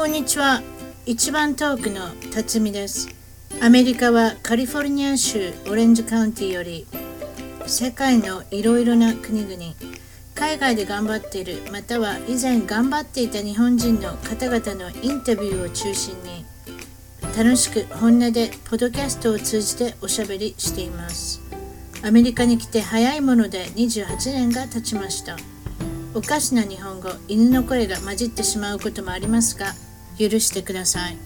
こんにちは。一番遠くの辰巳です。アメリカはカリフォルニア州オレンジカウンティより世界のいろいろな国々、海外で頑張っている、または以前頑張っていた日本人の方々のインタビューを中心に楽しく本音でポッドキャストを通じておしゃべりしています。アメリカに来て早いもので28年が経ちました。おかしな日本語、犬の声が混じってしまうこともありますが、許してください。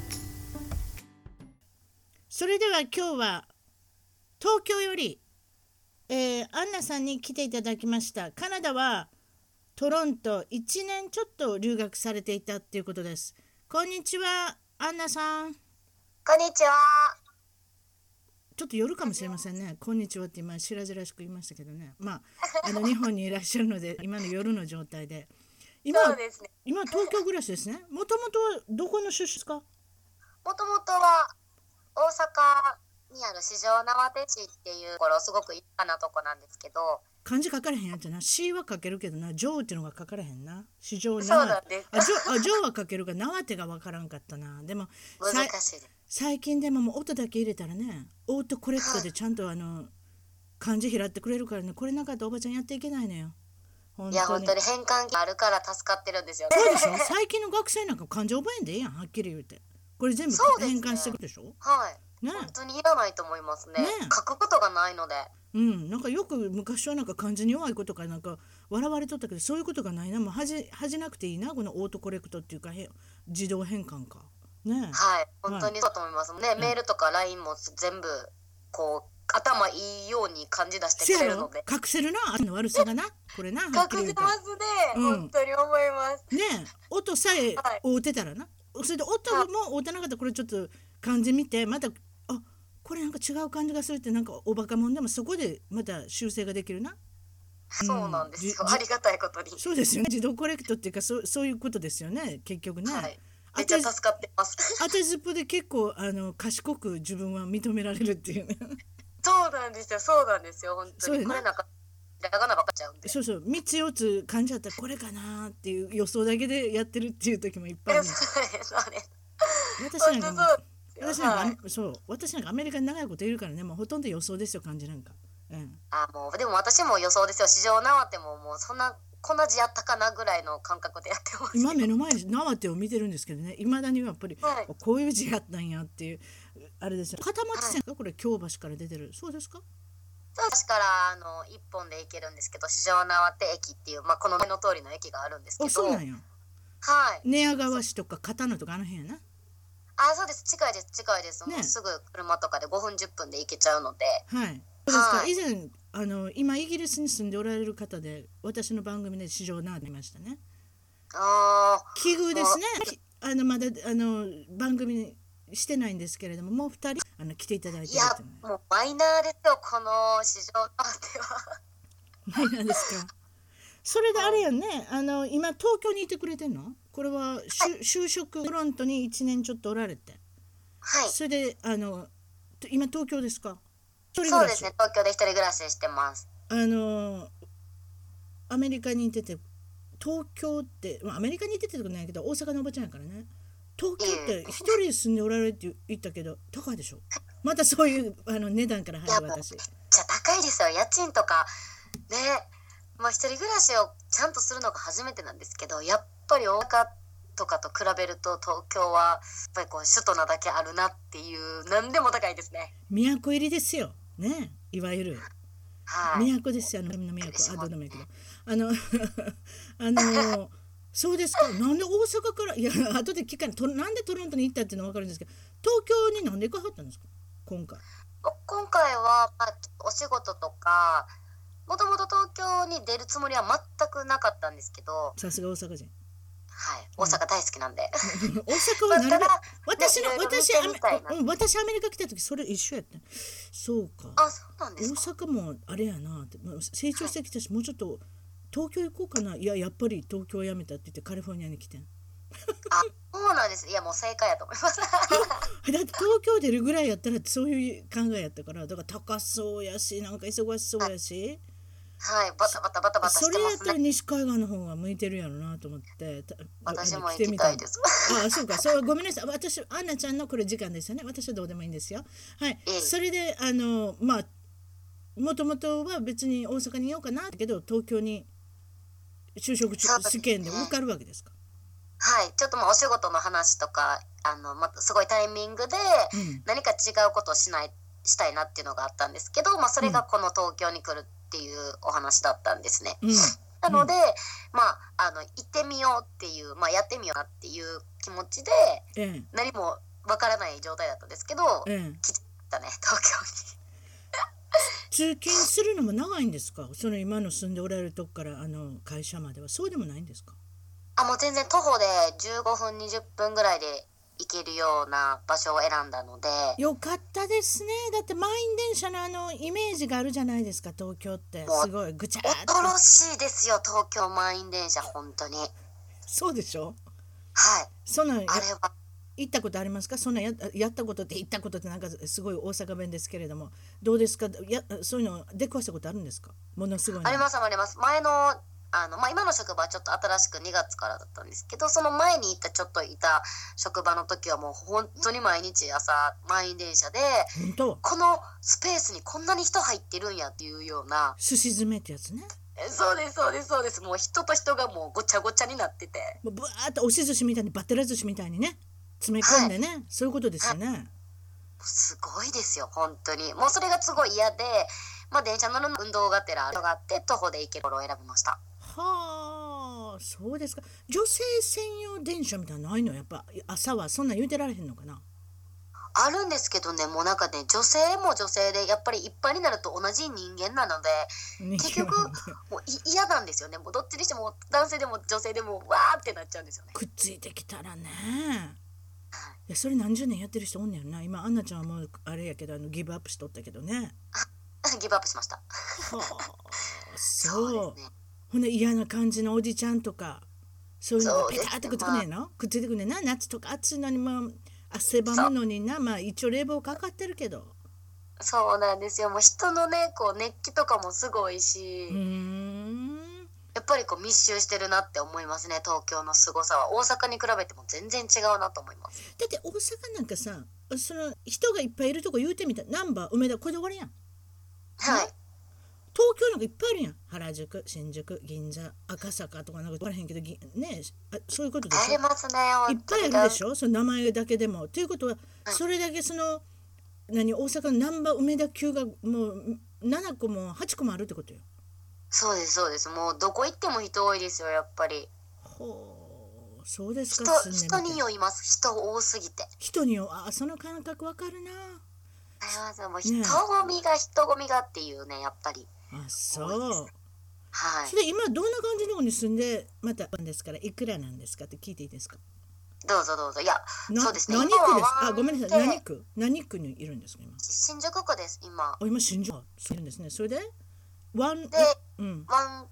それでは今日は東京より、アンナさんに来ていただきました。カナダはトロント1年ちょっと留学されていたっていうことです。こんにちは、アンナさん。 こんにちは。 ちょっと夜かもしれませんね。こんにちはって今白々しく言いましたけどね。日本にいらっしゃるので今の夜の状態で。 そうですね。 今東京暮らしですね。もともとはどこの出身ですか？ もともとは大阪にある四条畷市っていうところ、すごくいいかなとこなんですけど。 漢字書かれへんやつな。C は書けるけどな、上っていうのが書かれへんな。四条畷。 そうなんです。 上は書けるが縄手がわからんかったな。でも難しいです。 最近でももう音だけ入れたらね、オートコレクトでちゃんと漢字拾ってくれるからね。これなかったらおばちゃんやっていけないのよ。 いや本当に変換器あるから助かってるんですよね。 そうでしょ。最近の学生なんか漢字覚えんでええやん、はっきり言うて。これ全部変換してくるでしょ。 はい、 ね、 本当にいらないと思いますね。 ね、 書くことがないので。 なんかよく昔はなんか漢字に弱いことかなんか笑われとったけど、そういうことがないな。もう恥じなくていいな、このオートコレクトっていうか自動変換かね。 はい、本当にそうと思いますね。メールとか LINE も全部こう頭いいように漢字出してくれるので。 隠せるな、あの悪さがな。これな、はっきり言うて。 隠せますね、本当に思います。 ねえ、音さえ合うてたらな。それで音も合うてなかったら、これちょっと漢字見て、また、これなんか違う感じがするって、なんかおバカもんでもそこでまた修正ができるな。 そうなんですよ。ありがたいことに。 そうですよね。自動コレクトっていうか、そういうことですよね、結局ね。 はい。めっちゃ助かってます。 当てずっぽで結構賢く自分は認められるっていうね。 そうなんですよ、そうなんですよ、本当に。これなんかひらがなばっかっちゃうんで。 そうそう、3つ4つ感じちゃったらこれかなっていう予想だけでやってるっていう時もいっぱいある。私なんかアメリカに長いこといるからね、もうほとんど予想ですよ、感じなんか。 もうでも私も予想ですよ。四条畷ってもうそんなこんな字やったかなぐらいの感覚でやってます。 今目の前に縄手を見てるんですけどね、いまだにやっぱり、こういう字やったんやっていうあれですよ。片町線がこれ京橋から出てる、そうですか？ 私から一本で行けるんですけど、四条畷って駅っていう、この目の通りの駅があるんですけど。 そうなんや。 はい。 寝屋川市とか片野とかあの辺やな。 そうです、近いです近いです。もうすぐ車とかで5分10分で行けちゃうので。 はい。そうですか。以前今イギリスに住んでおられる方で、私の番組で四条畷出ましたね。奇遇ですね。まだ番組にしてないんですけれども、もう2人来ていただいてるっていう。 いやもうマイナーですよ、この四条畷では。 マイナーですか。それであれやね、今東京にいてくれてんの？これは就職トロントに1年ちょっとおられて、 はい。 それで今東京ですか？ そうですね、東京で一人暮らししてます。 アメリカにいてて、東京って、アメリカにいててとかないけど大阪のおばちゃんやからね。東京って一人で住んでおられるって言ったけど高いでしょ。またそういう値段から入る私。 めっちゃ高いですよ、家賃とかね。一人暮らしをちゃんとするのが初めてなんですけど、やっぱり大阪とかと比べると東京はやっぱりこう首都なだけあるなっていう、何でも高いですね。 都入りですよね、いわゆる。 はい。 都ですよ、都。どうでもいいけど。そうですか。なんで大阪から、いや後で聞かない。なんでトロントに行ったっていうのは分かるんですけど、東京になんで行かはったんですか？今回は、お仕事とか、もともと東京に出るつもりは全くなかったんですけど。 さすが大阪人。 はい、大阪大好きなんで。 大阪はなるべく私アメリカ来た時それ一緒やった。そうか。 そうなんですか。 大阪もあれやなって、成長してきたし、もうちょっと東京行こうかな。いや、やっぱり東京辞めたって言ってカリフォルニアに来てん。 そうなんです。いやもう正解やと思います。だって東京出るぐらいやったらそういう考えやったから、だから高そうやし、なんか忙しそうやし。 はい、バタバタバタバタそれやったらしてますね。 西海岸の方が向いてるやろなと思って私も行き来てみたいたいです。 ああ、そうか、そう、ごめんなさい。私、アンナちゃんのこれ時間ですよね。私はどうでもいいんですよ。はい。 ええ、 それで、まあ、もともとは別に大阪にいようかなだけど、東京に就職そうですね。 試験で受かるわけですか。 はい、ちょっとお仕事の話とか、またすごいタイミングでうん。 何か違うことをしたいなっていうのがあったんですけど、それがこの東京に来るっていうお話だったんですね。 うん。 なので、行ってみようっていう、やってみようなっていう気持ちで、 ええ。 何もわからない状態だったんですけど、 ええ。 来たね、東京に。 通勤するのも長いんですか、その今の住んでおられるとこから会社までは。そうでもないんですか。 もう全然徒歩で15分、20分ぐらいで行けるような場所を選んだので、 よかったですね。だって満員電車のイメージがあるじゃないですか、東京って。 もうすごいぐちゃーって。 恐ろしいですよ、東京満員電車、本当に。 そうでしょ。 はい。 そんなんあれは、 行ったことありますか。そんなんやったことって行ったことってなんかすごい大阪弁ですけれども、どうですか。そういうの出くわしたことあるんですか。ものすごいの。 ありますあります。前の、今の職場はちょっと新しく2月からだったんですけど、その前にちょっといた職場の時はもう本当に毎日朝満員電車で、 本当。 このスペースにこんなに人入ってるんやっていうような。 すし詰めってやつね。 そうですそうですそうです。もう人と人がもうごちゃごちゃになってて、 もうぶわーっと押し寿司みたいにバッテラ寿司みたいにね詰め込んでね、そういうことですよね。 すごいですよ本当に。もうそれがすごい嫌で、電車乗るの運動がてらがあって徒歩で行けるところを選びました。 はあ、そうですか。女性専用電車みたいなのないの。やっぱ朝はそんなん言うてられへんのかな。 あるんですけどね、もうなんかね、女性も女性でやっぱりいっぱいになると同じ人間なので、結局もう嫌なんですよね。もうどっちにしても男性でも女性でもわーってなっちゃうんですよね。 くっついてきたらね。いや、それ何十年やってる人おんねんな。今アンナちゃんはもうあれやけどギブアップしとったけどね。 ギブアップしました。 はあ、 そそう。 うですね。 ほんで嫌な感じのおじちゃんとかそういうのがそうですね。 ペタってくっつくねんの、くっついてくんねんな。夏とか暑いのにも汗ばむのにな。一応冷房かかってるけど。 そうなんですよ。もう人のね、こう熱気とかもすごいし、やっぱりこう密集してるなって思いますね。東京の凄さは大阪に比べても全然違うなと思います。 だって大阪なんかさ、その人がいっぱいいるとこ言うてみた。難波、梅田、これで終わりやん。 はい。 東京なんかいっぱいあるやん。原宿、新宿、銀座、赤坂とかなんか分からへんけどね、そういうことでしょ。 ありますね。 いっぱい本当にあるでしょ、その名前だけでも。ということは、 はいそれだけその大阪の難波梅田級がもう7個も8個もあるってことよ。 そうですそうです。もうどこ行っても人多いですよやっぱり。 ほう、そうですか。 人に酔います。人多すぎて。 人にその感覚わかるな。 あります。もうね人混みがっていうね、やっぱり。 そう。 はい。 それ今どんな感じのとこに住んでまたですから、いくらなんですかって聞いていいですか。 どうぞどうぞ。いや、そうですね。 何今区ですか。 はごめんなさい。何区にいるんですか今。 新宿区です今。 今新宿そういるんですね。それでワンで、1K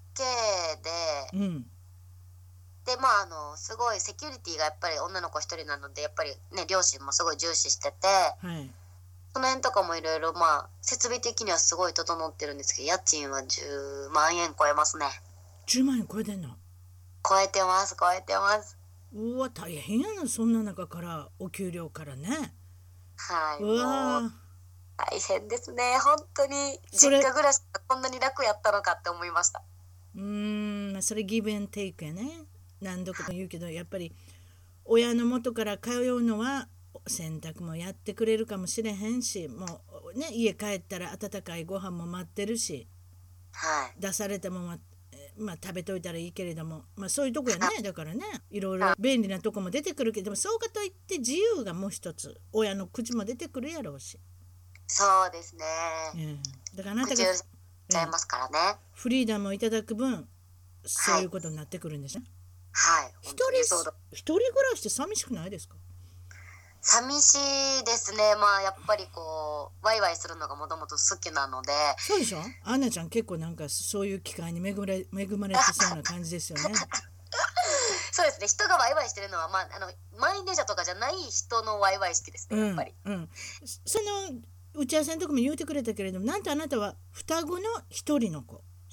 うんで、すごいセキュリティがやっぱり女の子一人なので、やっぱりね、両親もすごい重視してて、 はい。 その辺とかもいろいろ設備的にはすごい整ってるんですけど、家賃は10万円超えますね。 10万円超えてんの。 超えてます超えてます。 うわ大変やな。そんな中からお給料からね。 はい。 うわもう大変ですね本当に。実家暮らしがこんなに楽やったのかって思いました。 それギブアンドテイクやね。何度か言うけど、やっぱり親の元から通うのは洗濯もやってくれるかもしれへんし、もうね、家帰ったら温かいご飯も待ってるし、 はい、 出されたもんは食べといたらいいけれども、そういうとこやね。だからね、いろいろ便利なとこも出てくるけども、そうかといって自由がもう一つ親の口も出てくるやろうし。 そうですね、 だからあなたが口うちゃいますからね、 フリーダムをいただく分、そういうことになってくるんですね。 はい、 一人暮らしって寂しくないですか。 寂しいですね。やっぱりこうワイワイするのがもともと好きなので。 そうでしょ。アンナちゃん結構なんかそういう機会に恵まれてそうな感じですよね。 そうですね。人がワイワイしてるのは満員電車とかじゃない人のワイワイ好きですね、やっぱり。 その打ち合わせのとこも言うてくれたけれども、なんとあなたは双子の一人の子、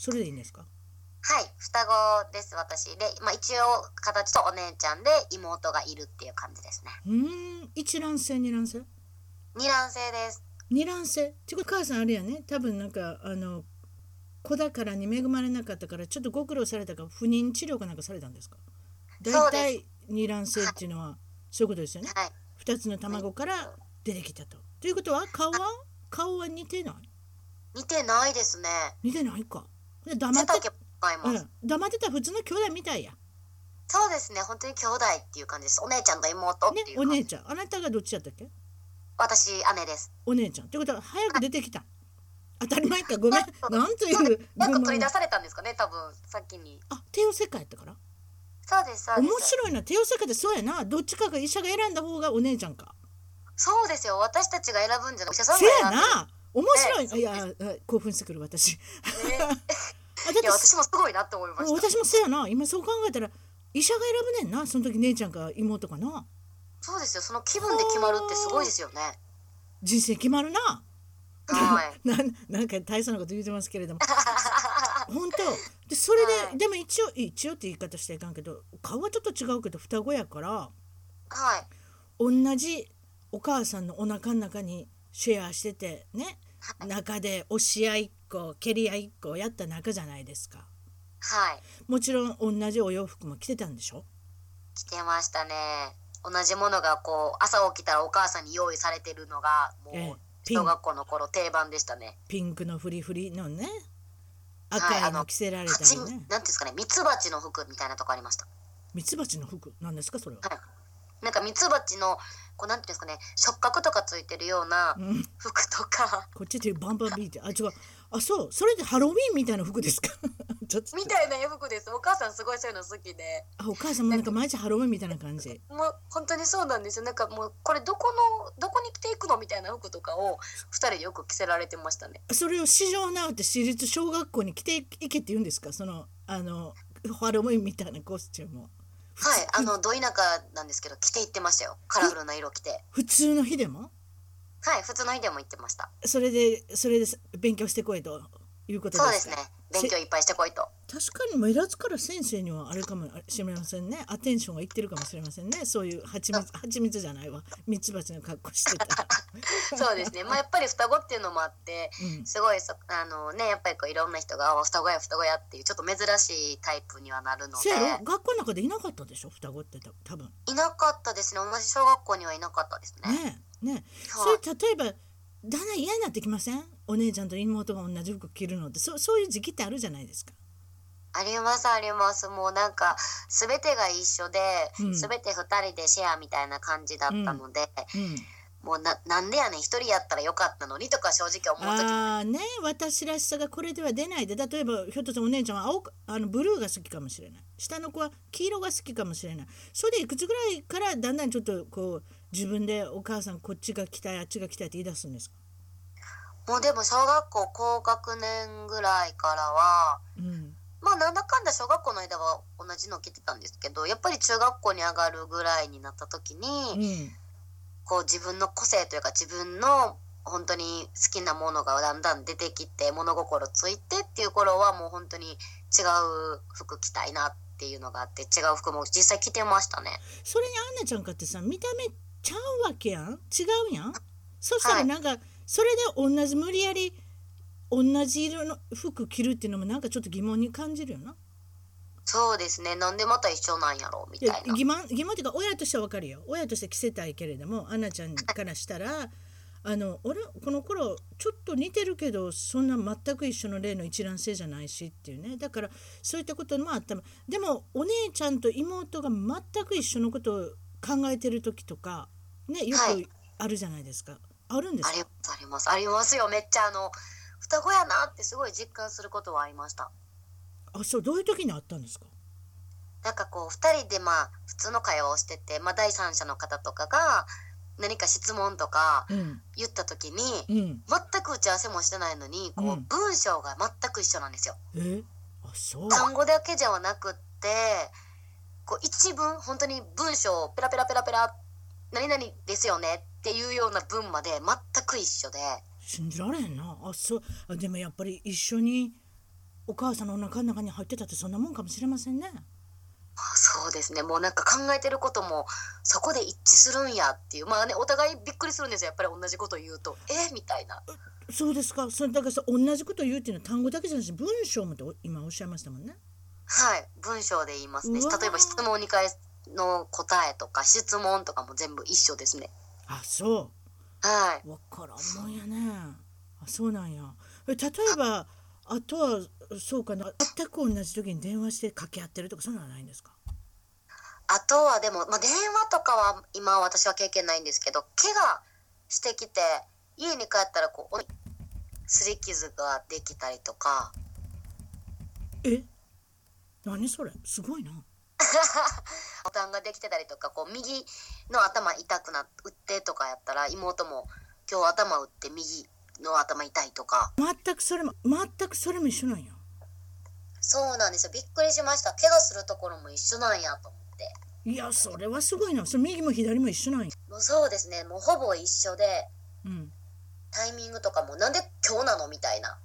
それでいいんですか？ はい、双子です私で、一応形とお姉ちゃんで妹がいるっていう感じですね。 一卵性二卵性？ 二卵性です。 二卵性ってこと、母さんあれやね、多分なんか子宝に恵まれなかったからちょっとご苦労されたから不妊治療かなんかされたんですか？大体二卵性っていうのはそういうことですよね。 はい、 二つの卵から出てきたと。ということは顔は似てない？ 似てないですね。 似てないか。で背丈も違います。 黙ってたら普通の兄弟みたいや。 そうですね、本当に兄弟っていう感じです。お姉ちゃんと妹っていうね、お姉ちゃん。あなたがどっちやったっけ？ 私姉です。 お姉ちゃんってことは早く出てきた。当たり前か、ごめん。なんというなんか取り出されたんですかね、多分先に。 帝王切開やったから。 そうですそうです。 面白いな、帝王切開ってそうやな。どっちかが医者が選んだ方がお姉ちゃんか。 そうですよ、私たちが選ぶんじゃない、お医者さんせが選んで。 やな。面白い。いや興奮してくる私。 いや私もすごいなって思いました。 私もせやな。今そう考えたら医者が選ぶねんな。その時姉ちゃんか妹かな。 そうですよ、その気分で決まるってすごいですよね。 人生決まるな。 はいなんか大層なこと言ってますけれども本当で、それで、 はい、 でも一応って言い方していかんけど、顔はちょっと違うけど双子やから、 はい、 同じお母さんのお腹の中にシェアしててね、中で押し合いっこ蹴り合いっこやった仲じゃないですか。 はい、 もちろん同じお洋服も着てたんでしょ？ 着てましたね。同じものがこう朝起きたらお母さんに用意されてるのがもう小学校の頃定番でしたね。 ピンクのフリフリのね、赤いの着せられたりね、 なんていうんですかね、ミツバチの服みたいなとこありました。 ミツバチの服なんですかそれは？ はい、なんかミツバチのこうなんていうんですかね、触覚とかついてるような服とか、 こっちでバンバンビーって違う、そう、それでハロウィンみたいな服ですか？ みたいな服です。お母さんすごいそういうの好きで。 お母さんもなんか毎日ハロウィンみたいな感じ。 もう本当にそうなんですよ。なんかもうこれどこに着ていくのみたいな服とかを2人でよく着せられてましたね。 それを市場なって私立小学校に着ていけって言うんですか？そのハロウィンみたいなコスチュームを。 はい、ど田舎なんですけど着ていってましたよ。カラフルな色着て。 普通の日でも？ はい、普通の日でも行ってました。 それで勉強してこいということですか？ そうですね、勉強いっぱいしてこいと。 確かに目立つから先生にはあれかもしれませんね。アテンションがいってるかもしれませんね。そういう蜂蜜じゃないわ、ミツバチの格好してたらそうですね、やっぱり双子っていうのもあって、すごいやっぱりこういろんな人が双子やっていうちょっと珍しいタイプにはなるので。 学校の中でいなかったでしょ双子って多分。 いなかったですね。同じ小学校にはいなかったですね。 ね、はい、それ例えばだんだん嫌になってきません？お姉ちゃんと妹が同じ服着るのってそういう時期ってあるじゃないですか。 ありますあります。もうなんか全てが一緒で、全て2人でシェアみたいな感じだったので、もうなんでやねん1人やったらよかったのにとか正直思う時も私らしさがこれでは出ないで、例えばひょっとしたらお姉ちゃんはブルーが好きかもしれない、下の子は黄色が好きかもしれない。それでいくつぐらいからだんだんちょっとこう自分でお母さんこっちが来たいあっちが来たいって言い出すんですか？ もうでも小学校高学年ぐらいからは、なんだかんだ小学校の間は同じの着てたんですけど、やっぱり中学校に上がるぐらいになった時に、こう自分の個性というか自分の本当に好きなものがだんだん出てきて物心ついてっていう頃はもう本当に違う服着たいなっていうのがあって、違う服も実際着てましたね。 それにアンナちゃんかってさ、見た目ちゃうわけやん、違うやん。そしたらなんか、それで同じ無理やり同じ色の服着るっていうのもなんかちょっと疑問に感じるよな。 そうですね、なんでまた一緒なんやろみたいな。 疑問っていうか親としては分かるよ。親として着せたいけれども、アンナちゃんからしたら俺この頃ちょっと似てるけどそんな全く一緒の例の一卵性じゃないしっていうね。だからそういったこともあった。でもお姉ちゃんと妹が全く一緒のことを考えてる時とかね、よくあるじゃないですか。あるんですか？ ありますよ。めっちゃ双子やなってすごい実感することはありました。 そう、どういう時にあったんですか？ なんかこう2人で普通の会話をしてて、第三者の方とかが何か質問とか言った時に、全く打ち合わせもしてないのにこう文章が全く一緒なんですよ。 そう。 単語だけじゃなくってこう一文本当に文章をペラペラペラペラ何々ですよねっていうような文まで全く一緒で。 信じられへんな。そう。でもやっぱり一緒にお母さんのお腹の中に入ってたって、そんなもんかもしれませんね。 そうですね。もうなんか考えてることもそこで一致するんやっていう、まあね、お互いびっくりするんですよ、やっぱり同じこと言うとみたいな。 そうですか。それだからさ、同じこと言うっていうのは単語だけじゃなくて文章もと今おっしゃいましたもんね。 はい、文章で言いますね。 うわー例えば質問に返すの答えとか質問とかも全部一緒ですね。 あ、そはい。 う。わからんもんやね。あ、そうなんや。例えば、あとは、そうかな。全く同じ時に電話して掛け合ってるとか、そんなのはないんですか？ あとはでも、まあ、電話とかは今私は経験ないんですけど、怪我してきて家に帰ったらこう擦り傷ができたりとか、 え、何それ、すごいな。 ボタンができてたりとか、こう右の頭痛くなってとかやったら、妹も今日頭打って右の頭痛いとか。 全くそれも一緒なんや。 そうなんですよ。びっくりしました。怪我するところも一緒なんやと思って。 いや、それはすごいな。それ右も左も一緒なんや。 もうそうですね。もうほぼ一緒で、 うん。 タイミングとかもなんで今日なのみたいな。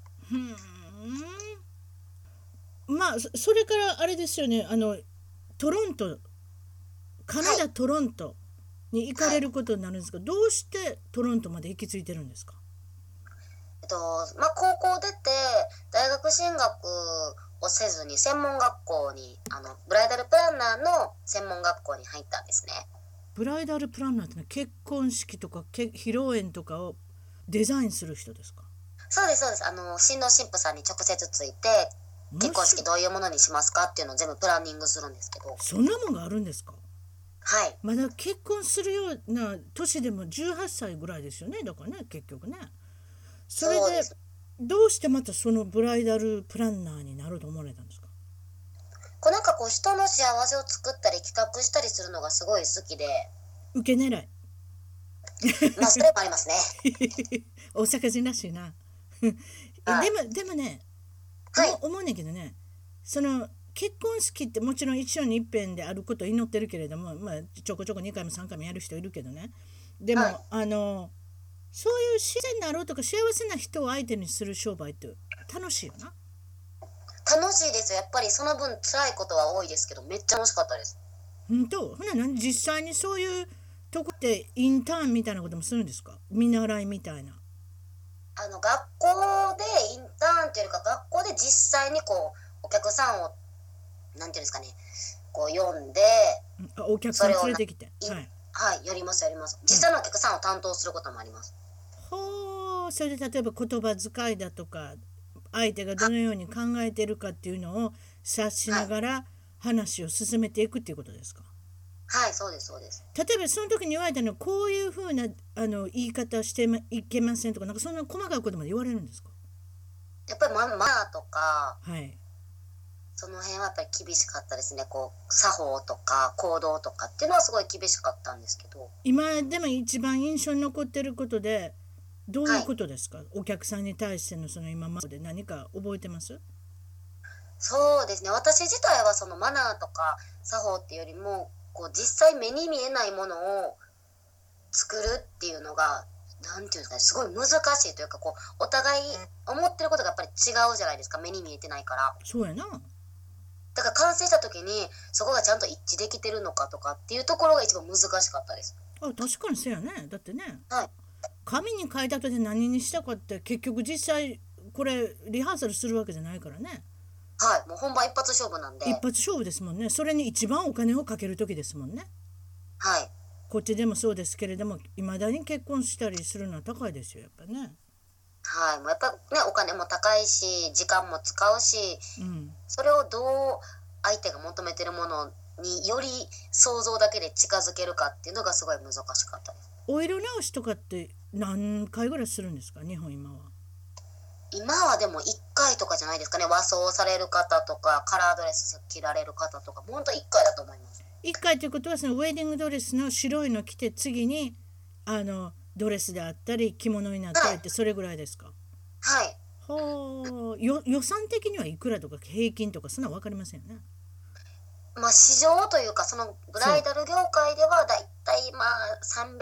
まあそれからあれですよね。トロント、カナダトロントに行かれることになるんですが、どうしてトロントまで行き着いてるんですか？ まあ、高校出て大学進学をせずに専門学校にブライダルプランナーの専門学校に入ったんですね。 ブライダルプランナーってのは結婚式とか披露宴とかをデザインする人ですか？ そうですそうです。新郎新婦さんに直接ついて、結婚式どういうものにしますかっていうのを全部プランニングするんですけど。 そんなもんがあるんですか？ はい。 まだ結婚するような年でも18歳ぐらいですよね。だからね、結局ね。それでどうしてまたそのブライダルプランナーになると思われたんですか？ なんかこう人の幸せを作ったり企画したりするのがすごい好きで。 受け狙い。 まあそれもありますね。 大阪人らしいな。 はい、 でもね、 はい、 思うねんけどね、その結婚式ってもちろん一生に一遍であることを祈ってるけれども、まあ、ちょこちょこ2回も3回もやる人いるけどね。でも、 はい。 そういう自然なろうとか幸せな人を相手にする商売って楽しいよな。 楽しいですよ。やっぱりその分辛いことは多いですけど、めっちゃ楽しかったです。 ほな何、実際にそういうとこってインターンみたいなこともするんですか？見習いみたいな。 学校でインターンっていうか、学校で実際にこうお客さんをなんていうんですかね、こう読んで、 お客さんそれを連れてきて、はい、 はい、やりますやります。 はい、 実際のお客さんを担当することもあります。 ほう。それで例えば言葉遣いだとか相手がどのように考えているかっていうのを察しはい、 ながら話を進めていくっていうことですか？ はい、そうですそうです。 例えばその時に言われたのはこういうふうな言い方していけませんとか、なんかそんな細かいことまで言われるんですか？ やっぱりマナーとかはい。 その辺はやっぱり厳しかったですね。こう作法とか行動とかっていうのはすごい厳しかったんですけど。 今でも一番印象に残ってることでどういうはい、 ことですか？お客さんに対してのその今まで何か覚えてます？ そうですね。私自体はそのマナーとか作法っていうよりも、こう実際目に見えないものを作るっていうのが、なんていうんですかね、すごい難しいというか、こうお互い思ってることがやっぱり違うじゃないですか、目に見えてないから。 そうやな。 だから完成した時にそこがちゃんと一致できてるのかとかっていうところが一番難しかったです。 あ、確かにそうやね。だってね、 はい、 紙に書いた後で何にしたかって結局実際これリハーサルするわけじゃないからね。 はい、もう本番一発勝負なんで。 一発勝負ですもんね。それに一番お金をかける時ですもんね。 はい、 こっちでもそうですけれども、いまだに結婚したりするのは高いですよ、やっぱね。 はい、もうやっぱね、お金も高いし時間も使うし、 うん。 それをどう相手が求めてるものにより想像だけで近づけるかっていうのがすごい難しかったです。 お色直しとかって何回ぐらいするんですか、日本今は？ 今はでも1回とかじゃないですかね。和装される方とかカラードレス着られる方とか、本当1回だと思います。 1回ということはそのウェディングドレスの白いの着て次にドレスであったり着物になったはい、 りってそれぐらいですか？ はい。 予算的にはいくらとか平均とかそんな分かりませんよね。 まあ市場というか、そのブそう。 ライダル業界ではだいたいまあ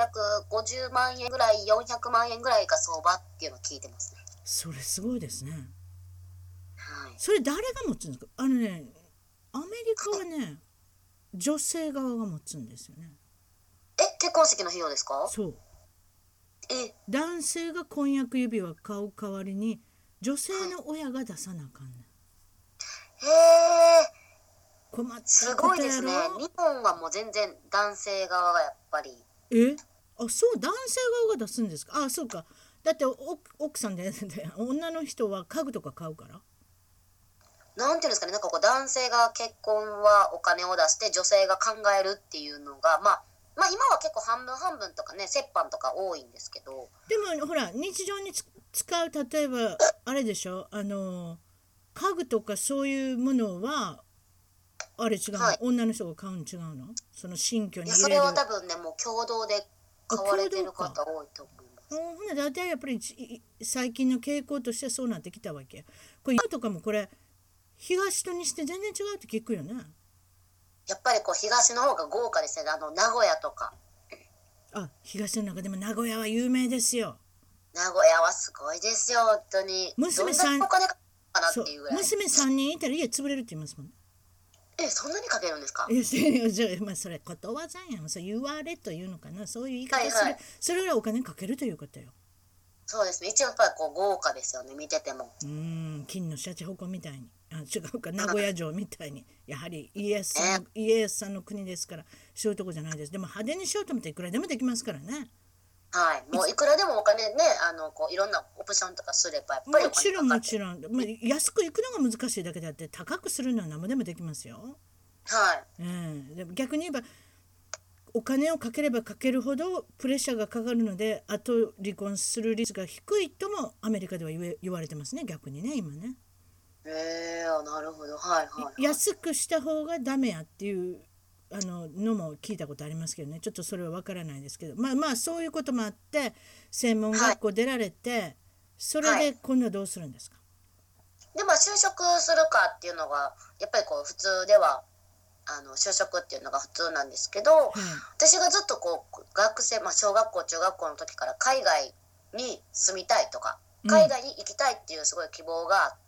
350万円ぐらい400万円ぐらいが相場っていうのを聞いてますね。 それすごいですね。 はい。 それ誰が持つんですか？アメリカはね、女性側が持つんですよね。 結婚式の費用ですか？ そう。男性が婚約指輪買う代わりに女性の親が出さなあかんねん。 へえ。 困ったすことやろ。 ごいですね。日本はもう全然男性側がやっぱり。 そう、男性側が出すんですか？そうか。だって奥さんで女の人は家具とか買うから。 なんていうんですかね、なんかこう男性が結婚はお金を出して女性が考えるっていうのが、まあ今は結構半分半分とかね、折半とか多いんですけど。 でもほら、日常に使う、例えばあれでしょ、家具とかそういうものはあれ違うの、女の人が買うの違うの？その新居に入れる。 それは多分ね、もう共同で買われてる方多いと思います。 ほな、だいたいやっぱり最近の傾向としてそうなってきたわけ。これとかもこれ東と西って全然違うって聞くよね。 やっぱりこう東の方が豪華ですね。名古屋とか。 東の中でも名古屋は有名ですよ。 名古屋はすごいですよ、本当に。 娘さん、 どんなお金かなっていうぐらい。 娘3人いたら家潰れるって言いますもんね。 そんなにかけるんですか？ それことわざやん。そう言われというのかな、そういう言い方する、それぐらいお金かけるということよ。 そうですね。一応やっぱりこう豪華ですよね、見てても。 金のシャチホコみたいに、違うか、名古屋城みたいに、やはり家康さんの国ですから、そういうとこじゃないです。でも派手にしようと思っていくらでもできますからね。 はい、もういくらでもお金ね、こういろんなオプションとかすればやっぱりお金かかって。 もちろん、安くいくのが難しいだけであって、高くするのは何もでもできますよ。 はい。 でも逆に言えばお金をかければかけるほどプレッシャーがかかるので、あと離婚するリスクが低いともアメリカでは言われてますね、逆にね、今ね。 なるほど。はいはい、はい。 安くした方がダメやっていうのも聞いたことありますけどね。ちょっとそれは分からないですけど、まあそういうこともあって専門学校出られて、それで今度はどうするんですか？ で就職するかっていうのがやっぱりこう普通では就職っていうのが普通なんですけど、私がずっとこう学生、小学校中学校の時から海外に住みたいとか、海外に行きたいっていうすごい希望があって、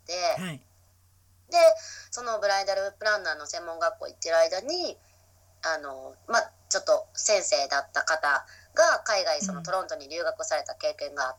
でそのブライダルプランナーの専門学校行ってる間にちょっと先生だった方が海外そのトロントに留学された経験があって、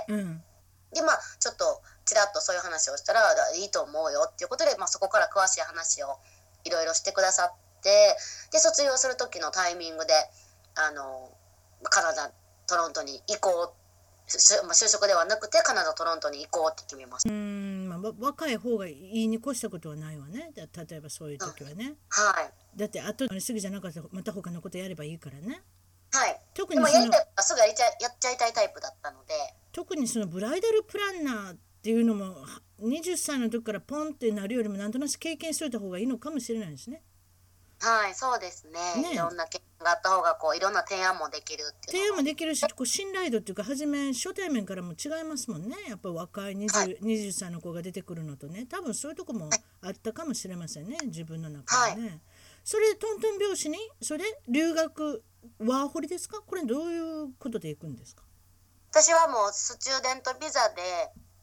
でちょっとちらっとそういう話をしたらいいと思うよっていうことで、そこから詳しい話をいろいろしてくださって、で卒業する時のタイミングでカナダトロントに行こう、就職ではなくてカナダトロントに行こうって決めました。 若い方がいいに越したことはないわね。例えばそういう時はね、だって後に過ぎじゃなかったらまた他のことやればいいからね。特にやりたいすぐやっちゃいたいタイプだったので、 特にそのブライダルプランナーっていうのも20歳の時からポンってなるよりもなんとなく経験しといた方がいいのかもしれないですね。 そうですね。いろんな経験があった方がこういろんな提案もできるっていう。 提案もできるし、こう信頼度っていうか、初め初対面からも違いますもんね。やっぱ若い20歳の子が出てくるのとね、多分そういうとこもあったかもしれませんね、自分の中でね。それでトントン拍子に、それで留学ワーホリですか？これどういうことで行くんですか？ 私はもうスチューデントビザで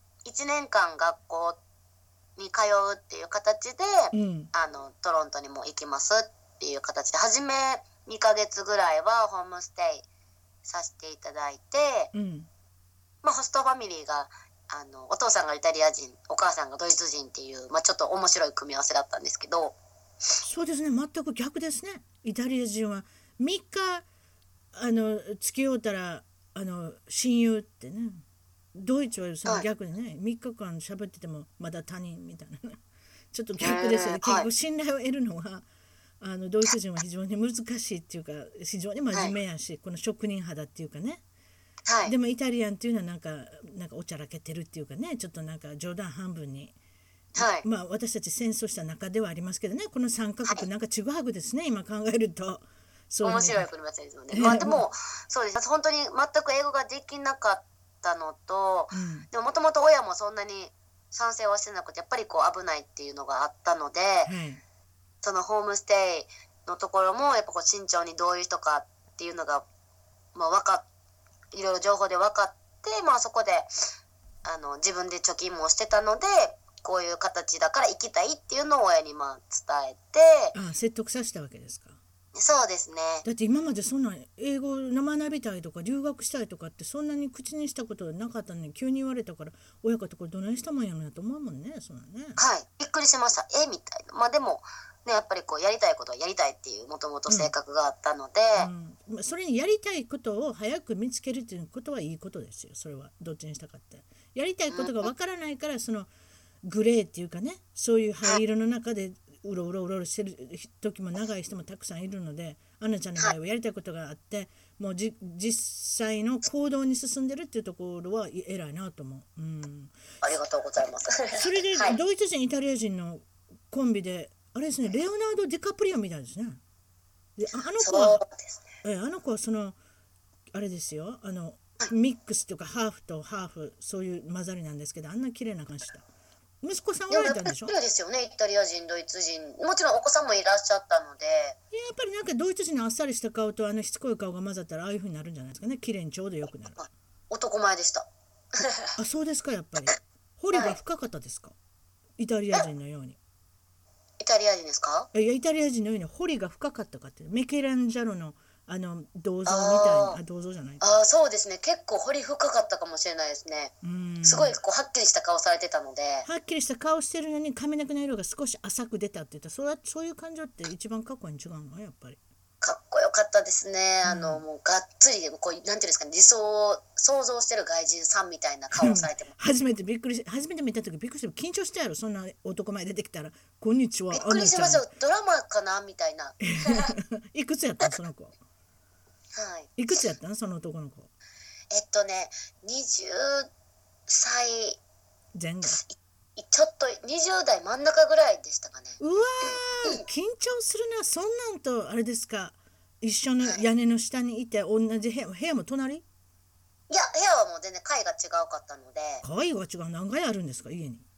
1年間学校に通うっていう形で、トロントにも行きますっていう形で、初め2ヶ月ぐらいはホームステイさせていただいて、ホストファミリーがお父さんがイタリア人、お母さんがドイツ人っていう、ちょっと面白い組み合わせだったんですけど。 そうですね、全く逆ですね。イタリア人は3日付き合うたら親友ってね。ドイツはその逆にね、3日間喋っててもまだ他人みたいなちょっと逆ですよね。結局信頼を得るのはドイツ人は非常に難しいっていうか、非常に真面目やし、この職人肌っていうかね、でもイタリアンっていうのはなんかおちゃらけてるっていうかね、ちょっとなんか冗談半分に、私たち戦争した中ではありますけどね、この3カ国なんかちぐはぐですね、今考えると。 面白い組み合わせですよね。でもそうです、本当に全く英語ができなかったのと、でももともと親もそんなに賛成はしてなくて、やっぱりこう危ないっていうのがあったので、そのホームステイのところもやっぱこう慎重にどういう人かっていうのが、いろいろ情報で分かって、そこで自分で貯金もしてたので、 こういう形だから行きたいっていうのを親にまあ伝えて、 説得させたわけですか。 そうですね。 だって今までそんな英語の学びたいとか留学したいとかってそんなに口にしたことなかったのに急に言われたから親方これどないしたもんやろなと思うもんね。そんなね。 はい、びっくりしました。みたいな。まあでもね、やっぱりこうやりたいことはやりたいっていうもともと性格があったので、 それにやりたいことを早く見つけるっていうことはいいことですよ。それはどっちにしたかってやりたいことがわからないから、そのグレーっていうかね、そういう灰色の中でうろうろしてる時も長い人もたくさんいるので、アンナちゃんの場合はやりたいことがあってもう実際の行動に進んでるっていうところは偉いなと思う。 ありがとうございます。 それでドイツ人イタリア人のコンビであれですね、レオナルド・ディカプリオみたいですね。であの子はそのあれですよ、ミックスというかハーフとハーフそういう混ざりなんですけど、あんな綺麗な感じだ。息子さんおられたんでしょ。 綺麗ですよね、イタリア人ドイツ人、もちろんお子さんもいらっしゃったので。やっぱりなんかドイツ人のあっさりした顔としつこい顔が混ざったらああいう風になるんじゃないですかね。綺麗にちょうどよくなる。 男前でした。 そうですか。やっぱり彫りが深かったですか、イタリア人のように。 イタリア人ですか？ いやイタリア人のように彫りが深かったかって。メケランジャロの銅像みたいな、銅像じゃない。 そうですね、結構彫り深かったかもしれないですね。すごいこうはっきりした顔されてたので。 はっきりした顔してるのに髪の毛の色が少し浅く出たって言ったら、そういう感情って一番かっこいいに違うの？やっぱりかっこよかったですね。もうがっつりこうなんていうんですかね、理想を想像してる外人さんみたいな顔をされてます。 初めて見た時びっくりして、緊張したやろ、そんな男前出てきたら。こんにちは。 びっくりしますよ。ドラマかなみたいな。 いくつやったのその子？ はい。 いくつやったのその男の子？ 20歳前後。 ちょっと20代真ん中ぐらいでしたかね。 うわー、緊張するな。そんなんとあれですか、一緒の屋根の下にいて同じ部屋も隣？いや、部屋はもう全然階が違うかったので。 階が違う。何階あるんですか家に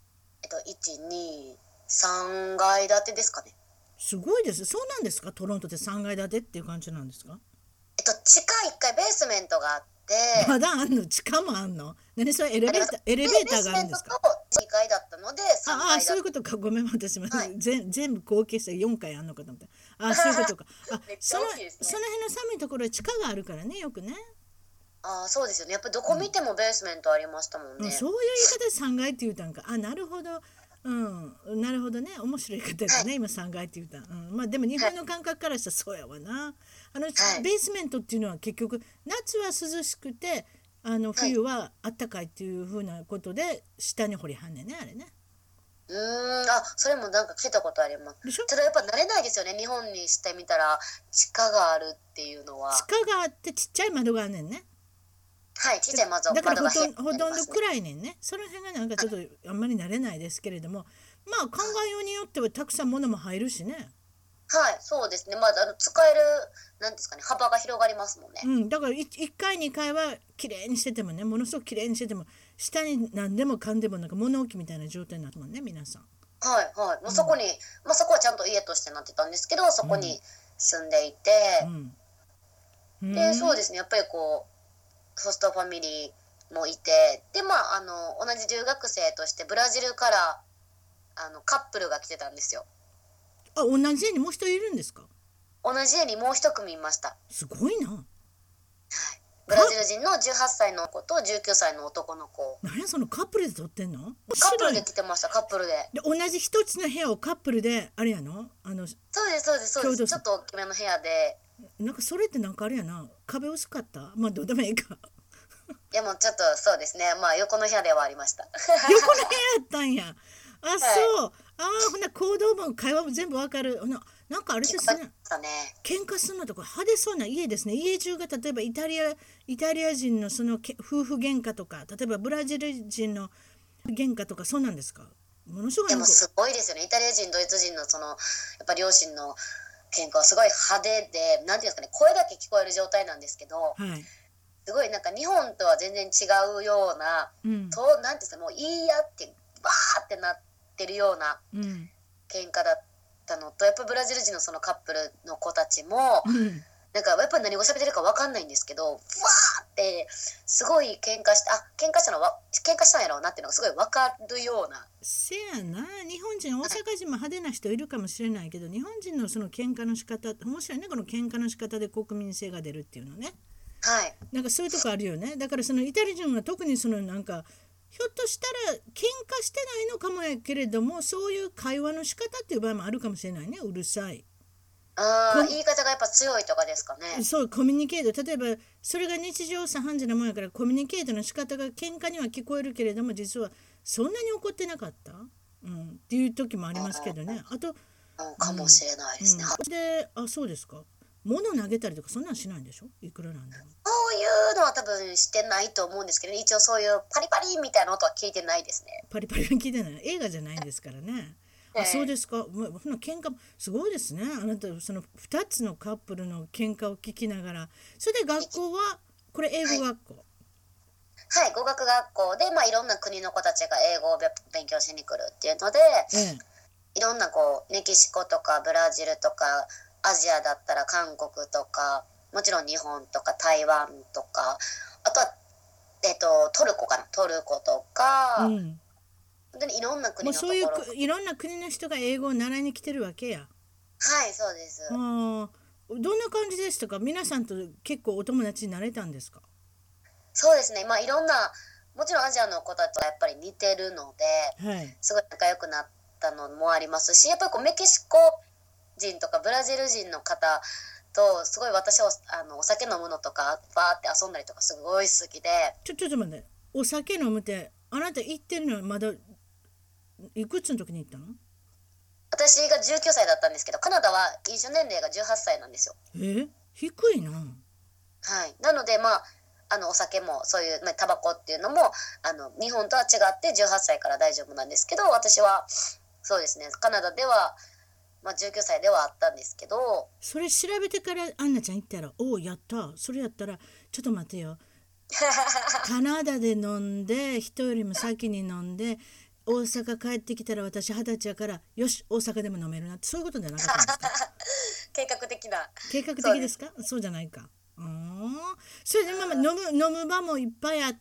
？1、2、3階建てですかね。 すごいです。そうなんですか？トロントで3階建てっていう感じなんですか？ 地下1階ベースメントがあって。 まだあんの？地下もあんの？何それ？エレベーターがあるんですか ？2階だったので3階だった。 そういうことか。ごめん、私も、全部合計して4階あんのかと思った。そういうことか。その辺の寒いところは地下があるからね、よくね。 そうですよね。やっぱりどこ見てもベースメントありましたもんね。 そういう言い方で3階って言うたんか。なるほど。なるほどね。面白い言い方ですね、今3階って言うたん。まあでも日本の感覚からしたらそうやわな。ベースメントっていうのは結局夏は涼しくて冬はあったかいっていうふうなことで下に掘りはんねんね、あれね。 それもなんか聞いたことあります。 でしょ？ ただやっぱ慣れないですよね、日本にしてみたら。地下があるっていうのは。 地下があってちっちゃい窓があんねんね。 はい、ちっちゃい窓がだからほとんど暗いねんね。その辺がなんかちょっとあんまり慣れないですけれども、まあ考えようによってはたくさん物も入るしね。 はい、そうですね。まあ使えるなんですかね、幅が広がりますもんね。 だから1階2階は綺麗にしててもね、ものすごく綺麗にしてても下に何でもかんでもなんか物置みたいな状態になるもんね、皆さん。 はいはい。もうそこに、そこはちゃんと家としてなってたんですけど、そこに住んでいて、でそうですね、やっぱりこうホストファミリーもいて、で同じ留学生としてブラジルからカップルが来てたんですよ。 同じ家にもう一人いるんですか？ 同じ家にもう一組いました。 すごいな。 ブラジル人の18歳の子と19歳の男の子。 何やそのカップルで撮ってんの？ カップルで来てました。カップルで同じ一つの部屋をカップルであれやの？ そうですちょっと大きめの部屋で。 なんかそれってなんかあれやな、壁薄かった？まあどうでもいいか。 いやもうちょっとそうですね、横の部屋ではありました。 横の部屋やったんや。そう。ほんな行動も会話も全部わかる。なんかあれですね。喧嘩するのとか派手そうな家ですね。家中が例えばイタリア人のその夫婦喧嘩とか、例えばブラジル人の喧嘩とか、そうなんですか？ものすごい。 でもすごいですよね。イタリア人ドイツ人のやっぱ両親の喧嘩はすごい派手で、なんていうんですかね、声だけ聞こえる状態なんですけど、すごいなんか日本とは全然違うような、なんていうんですか、もう言い合ってバーってなってるような喧嘩だったのと、やっぱブラジル人のそのカップルの子たちも、 なんかやっぱり何語喋ってるか分かんないんですけど、わーってすごい喧嘩して、喧嘩したんやろうなっていうのがすごい分かるような。 せやな、日本人、大阪人も派手な人いるかもしれないけど、日本人のその喧嘩の仕方、面白いね、この喧嘩の仕方で国民性が出るっていうのね。 はい。 なんかそういうとこあるよね。だからそのイタリア人は特にそのなんか、ひょっとしたら喧嘩してないのかもやけれども、そういう会話の仕方っていう場合もあるかもしれないね。うるさい。 言い方がやっぱ強いとかですかね。 そう、コミュニケート、例えばそれが日常茶飯事なもんやから、コミュニケートの仕方が喧嘩には聞こえるけれども、実はそんなに怒ってなかった、っていう時もありますけどね。あと、 かもしれないですね。 で、そうですか。物投げたりとかそんなんしないんでしょ、いくらなんでも。 そういうのは多分してないと思うんですけど、一応そういうパリパリみたいな音は聞いてないですね。 パリパリは聞いてない。映画じゃないんですからね。そうですか。ほな喧嘩すごいですね。あなたその2つのカップルの喧嘩を聞きながら、それで学校はこれ英語学校。 はい、語学学校で、いろんな国の子たちが英語を勉強しに来るっていうので、いろんなメキシコとかブラジルとかアジアだったら韓国とか、もちろん日本とか台湾とか、あとは、トルコとか、本当にいろんな国のところ、 もうそういういろんな国の人が英語を習いに来てるわけや。 はい、そうです。 どんな感じでしたか。皆さんと結構お友達になれたんですか。 そうですね、いろんな、もちろんアジアの子たちはやっぱり似てるので、すごい仲良くなったのもありますし、やっぱりメキシコ人とかブラジル人の方とすごい私はお酒飲むのとかバーって遊んだりとかすごい好きで。 ちょっと待って、お酒飲むってあなた行ってるのはまだいくつの時に行ったの。 私が19歳だったんですけど、カナダは飲酒年齢が18歳なんですよ。 低いな。 はい、なのでお酒もそういう、タバコっていうのも日本とは違って18歳から大丈夫なんですけど、私はそうですね、カナダでは、19歳ではあったんですけど。 それ調べてからアンナちゃん行ったら、おおやった、それやったらちょっと待てよカナダで飲んで人よりも先に飲んで大阪帰ってきたら私20歳やからよし大阪でも飲めるなって、そういうことじゃなかったんですか。 計画的ですか。そうじゃないか。それで飲む場もいっぱいあって、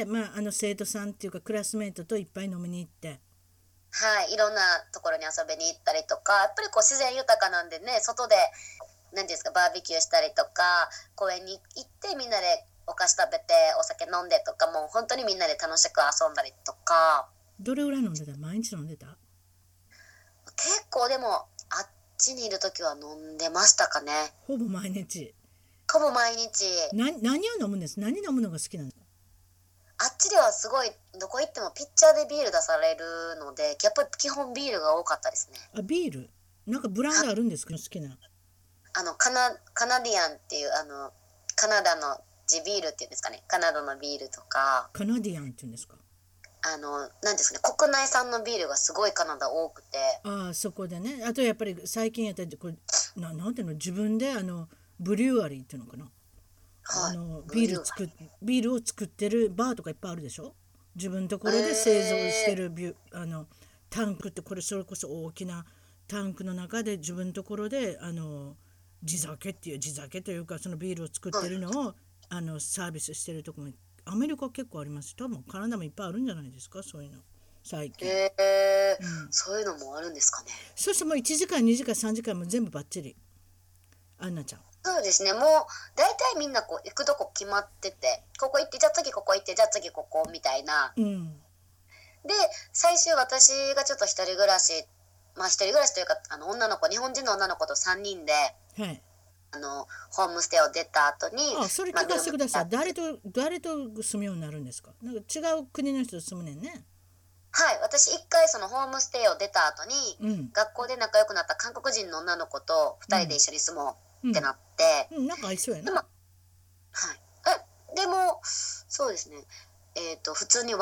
生徒さんっていうかクラスメートといっぱい飲みに行って、 はい、いろんなところに遊びに行ったりとか、やっぱり自然豊かなんでね、外で何ていうんですか、バーベキューしたりとか公園に行ってみんなでお菓子食べてお酒飲んでとか、もう本当にみんなで楽しく遊んだりとか。 どれぐらい飲んでた。毎日飲んでた。 結構でもあっちにいる時は飲んでましたかね。 ほぼ毎日。 何を飲むんです。何飲むのが好きなんですか。 あっちではすごいどこ行ってもピッチャーでビール出されるので、やっぱり基本ビールが多かったですね。 ビールなんかブランドあるんですか。好きなカナディアンっていうカナダの地ビールっていうんですかね、カナダのビールとか。 カナディアンっていうんですか。 なんですかね、国内産のビールがすごいカナダ多くて。 そこでね。あとやっぱり最近やったらなんていうの、自分でブリュワリーっていうのかな、ビールを作ってるバーとかいっぱいあるでしょ。自分のところで製造してるタンクって、これそれこそ大きなタンクの中で自分のところで地酒というか、そのビールを作ってるのをサービスしてるところもアメリカ結構あります。多分カナダもいっぱいあるんじゃないですか、そういうの最近。 そういうのもあるんですかね。 そしてもう1時間2時間3時間も全部バッチリ。アンナちゃん。 そうですね、もう大体みんな行くとこ決まってて、ここ行ってじゃあ次ここ行ってじゃあ次ここみたいな。で最終私がちょっと一人暮らしというか日本人の女の子と3人で、ホームステイを出た後に。 それ聞かせてください。誰と住むようになるんですか。なんか違う国の人と住むねんね。 はい、私一回そのホームステイを出た後に、学校で仲良くなった韓国人の女の子と2人で一緒に住もうってなって、 なんか合いそうやな。 でもそうですね、普通に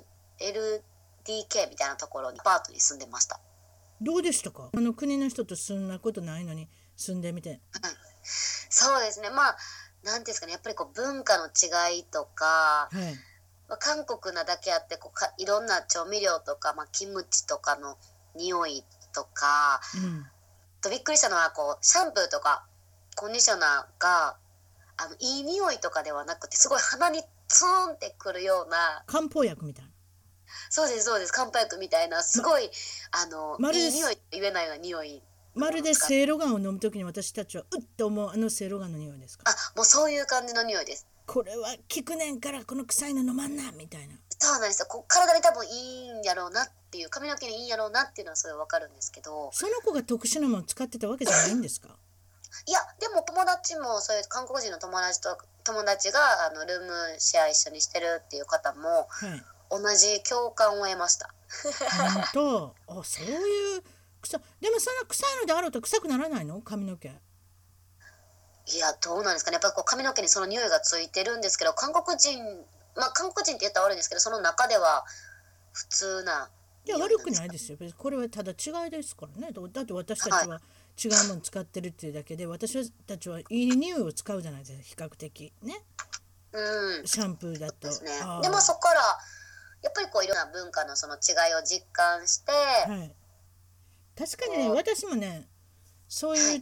1LDK みたいなところにアパートに住んでました。 どうでしたか。国の人と住んだことないのに住んでみて。 そうですね、なんですかね、やっぱり文化の違いとか、韓国なだけあっていろんな調味料とか、キムチとかの匂いとか、びっくりしたのはシャンプーとかコンディショナーがいい匂いとかではなくて、すごい鼻にツーンってくるような、 漢方薬みたいな。 そうですそうです、漢方薬みたいな、すごい、 まるでいい匂いと言えないような匂い。 まるでせいろがんを飲むときに私たちはうっと思うせいろがんの匂いですか？ もうそういう感じの匂いです。 これは効くねんからこの臭いの飲まんなみたいな。 そうなんですよ。体に多分いいんやろうなっていう、髪の毛にいいんやろうなっていうのはそれ分かるんですけど、 その子が特殊なものを使ってたわけじゃないんですか？ いやでも友達も、そういう韓国人の友達がルームシェア一緒にしてるっていう方も、 はい。 同じ共感を得ました。 本当、そういうでもその臭いのであろうと臭くならないの髪の毛？ いやどうなんですかね、やっぱりこう髪の毛にその匂いがついてるんですけど、韓国人って言ったら悪いんですけど、その中では普通な匂いなん悪くですか？ ないですよ。別にこれはただ違いですからね。だって私たちは違うもの使ってるっていうだけで、私たちはいい匂いを使うじゃないですか、比較的ね。 うん、 シャンプーだと。 ですね。でもそこからやっぱりこういろんな文化のその違いを実感して、 はい。確かにね、私もね、そういう、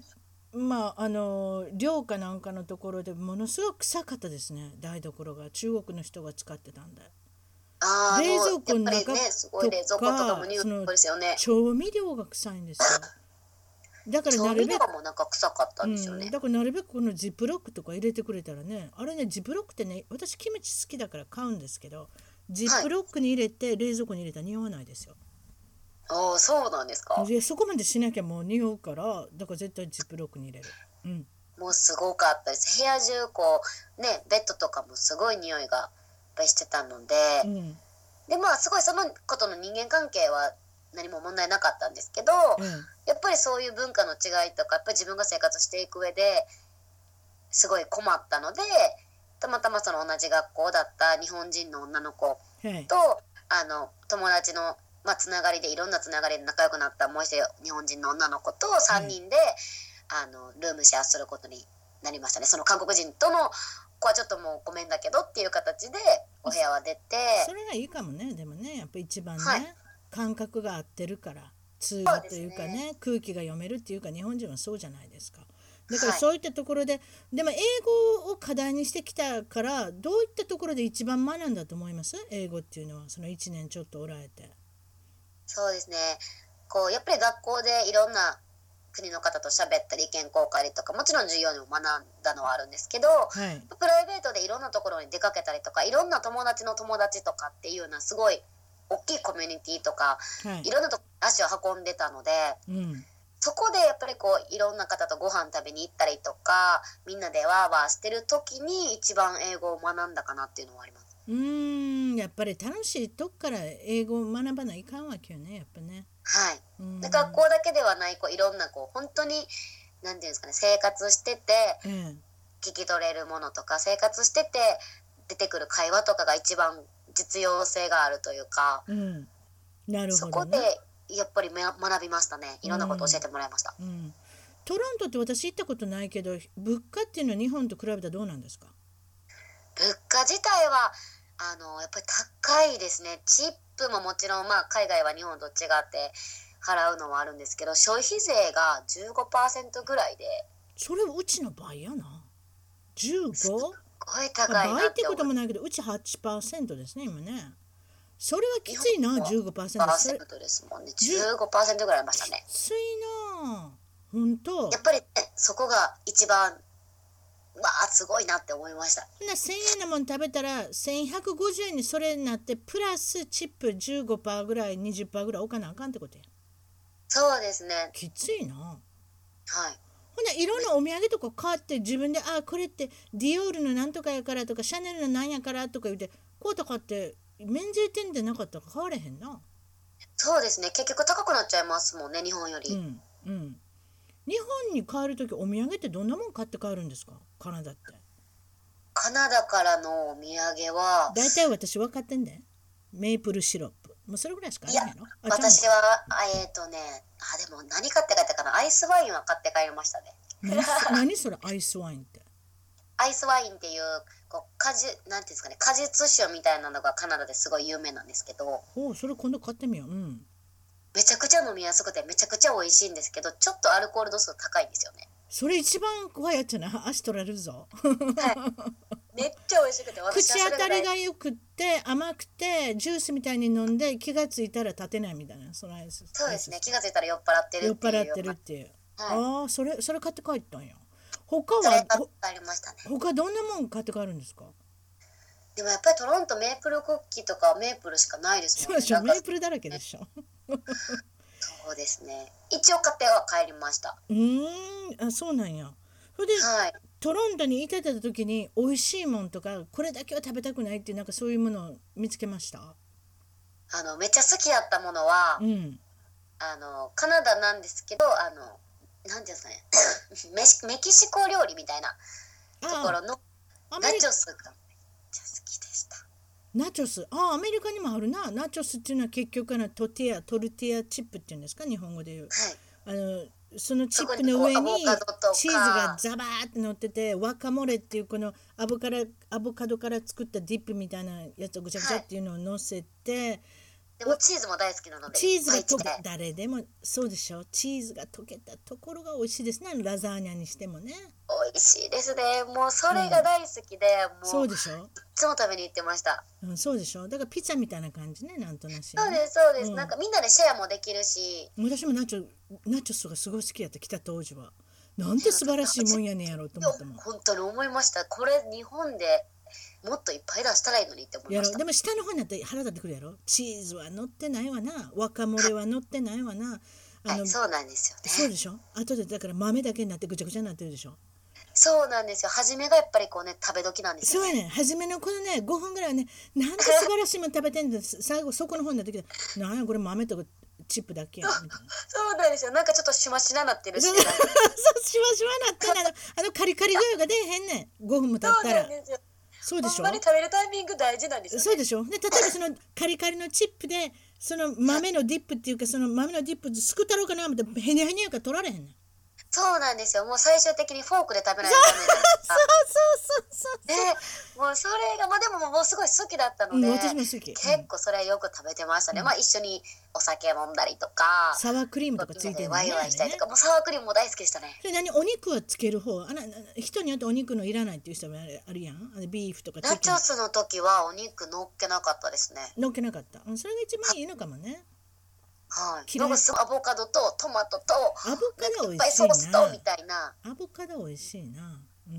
寮かなんかのところでものすごく臭かったですね。台所が中国の人が使ってたんで。冷蔵庫の中とか、その調味料が臭いんですよ。だからなるべく、 もなんか臭かったんですよね。 だからなるべくこのジップロックとか入れてくれたらね、あれね、ジップロックってね、私キムチ好きだから買うんですけど、ジップロックに入れて冷蔵庫に入れたら匂わないですよ。 そうなんですか。 そこまでしなきゃもう匂うから、だから絶対ジップロックに入れる。 もうすごかったです。部屋中こうね、ベッドとかもすごい匂いがやっぱりしてたので、でまあすごいそのことの人間関係は何も問題なかったんですけど、やっぱりそういう文化の違いとか、やっぱり自分が生活していく上ですごい困ったので、たまたまその同じ学校だった日本人の女の子と、友達のつながりで、いろんなつながりで仲良くなったもう一人日本人の女の子と3人で、ルームシェアすることになりましたね。その韓国人との子はちょっともうごめんだけどっていう形でお部屋は出て、 それがいいかもね。でもね、やっぱ一番ね、感覚が合ってるから、通話というかね、空気が読めるっていうか、日本人はそうじゃないですか。だからそういったところで、でも英語を課題にしてきたから、どういったところで一番学んだと思います？英語っていうのは、その1年ちょっとおられて。 そうですね。こうやっぱり学校でいろんな国の方と喋ったり意見交換とか、もちろん授業でも学んだのはあるんですけど、プライベートでいろんなところに出かけたりとか、いろんな友達の友達とかっていうようなすごい大きいコミュニティとか、いろんなとこ足を運んでたので、そこでやっぱりこういろんな方とご飯食べに行ったりとか、みんなでワーワーしてる時に一番英語を学んだかなっていうのはあります。 やっぱり楽しいとこから英語を学ばないかんわけよね、やっぱね。 で学校だけではないいろんな本当になんていうんですかね、生活してて、聞き取れるものとか、生活してて出てくる会話とかが一番実用性があるというか、 なるほどね。 そこでやっぱり学びましたね。いろんなこと教えてもらいました。 トロントって私行ったことないけど、物価っていうのは日本と比べたらどうなんですか？ 物価自体はやっぱり高いですね。チップももちろん海外は日本と違って払うのはあるんですけど、消費税が 15% ぐらいで。 それはうちの倍やな。 15？ すごい高いな倍ってこともないけど、うち 8% ですね今ね。それはきついな。 15%。 15% ですもんね。 15% ぐらいありましたね。 きついな。本当。 やっぱり、そこが一番すごいなって思いました。 1000円のもの食べたら1150円にそれになって、プラスチップ 15% ぐらい 20% ぐらい置かなあかんってことや。 そうですね。 きついな。 はい。 ほんでいろんなお土産とか買って自分で、これってディオールのなんとかやからとか、シャネルのなんやからとか言ってこうとかって免税店でなかったら買われへんな。 そうですね。結局高くなっちゃいますもんね、日本より。 日本に帰るときお土産ってどんなもん買って帰るんですか？カナダって。 カナダからのお土産はだいたい私分かってんで、メープルシロップ、もうそれぐらいしかあらへんの。 私はでも何買って帰ったかな。アイスワインは買って帰りましたね。 何それアイスワインって？ アイスワインっていうなんていうんですかね、果実酒みたいなのがカナダですごい有名なんですけど、 それ今度買ってみよう。 めちゃくちゃ飲みやすくてめちゃくちゃ美味しいんですけど、ちょっとアルコール度数高いんですよね。 それ一番怖いやつな。足取られるぞ。 はい、めっちゃ美味しくて、私口はそれが大好当たりがよくって甘くてジュースみたいに飲んで気がついたら立てないみたいな、そのアイス。 き。そうですね、気がついたら酔っ払ってる酔っっていう払ってるような。 っていう。 はい、 ああ、それ買って帰ったんや。他それがはありましたね。 他どんなもん買って帰るんですか？ でもやっぱりトロントメープルクッキーとかメープルしかないですもんね。 そうでしょ、メープルだらけでしょ。 そうですね。一応買っては帰りました。 あ、そうなんや。それではい。 トロントにいてた時に美味しいもんとかこれだけは食べたくないっていうなんかそういうものを見つけました？ めっちゃ好きやったものは、 うん。 カナダなんですけど、なんていうんですかね、メキシコ料理みたいなところのナアメリチョスがめっちゃ好きでした。 ナチョス、アメリカにもあるな。ナチョスっていうのは結局トルティアチップっていうんですか、日本語で言う。 はい。 あのそのチップそこにこうの上にアボカドとかチーズがザバーって乗ってて、ワカモレっていうこのアボカドから作ったディップみたいなやつをぐちゃぐちゃっていうのを乗せて、 でもチーズも大好きなのでチーズが溶けいっぱい来て、 誰でもそうでしょ。チーズが溶けたところが美味しいですね。ラザーニャにしてもね。 美味しいですね。もうそれが大好きで、もういそうでしょ。 つも食べに行ってました。 そうでしょ。だからピザみたいな感じね、なんとなしにね。 そうですそうです、 うんなんかみんなでシェアもできるし。 私もナチョスがすごい好きやった来た当時は。なんて素晴らしいもんやねんやろうと思ったもん。 本当に思いました。これ日本でもっといっぱい出したらいいのにって思いました。 でも下の方になって腹立ってくるやろ。チーズは乗ってないわな、ワカモレは乗ってないわな。 はい、そうなんですよね。 そうでしょ。後でだから豆だけになってぐちゃぐちゃになってるでしょ。 そうなんですよ。初めがやっぱりこうね、食べ時なんですよね。 そうやねん。初めのこのね5分ぐらいはね、なんて素晴らしいもん食べてんの。最後そこの方になってきて、なんやこれ豆とかチップだけやみたいな。 そうなんですよ。なんかちょっとしましななってるし、 そうなんかしわしわなってんの。カリカリ具合が出えへんねん。5分も経そうったら。 なんですよ。 そうでしょ。 ほんまに食べるタイミング大事なんですよね。 そうでしょ。で例えばそのカリカリのチップでその豆のディップっていうか、その豆のディップすくったろうかな思ってヘニャヘニャやから取られへんねん。 そうなんですよ。もう最終的にフォークで食べないとダメだからそうで、もうそれがでももうすごい好きだったので、 私も好き。 結構それよく食べてましたね。一緒にお酒飲んだりとか、 サワークリームとかついてるのね。 ワイワイしたりとか、もうサワークリームも大好きでしたね。 それお肉はつける方、人によってお肉のいらないっていう人もあるやん。ビーフとかチキンナチョスの時はお肉乗っけなかったですね。 乗っけなかった。それが一番いいのかもね。 はい。 嫌い僕アボカドとトマトとアボカド美いっぱい味しいな。 ソースとみたいな。 アボカド美味しいな。 はい、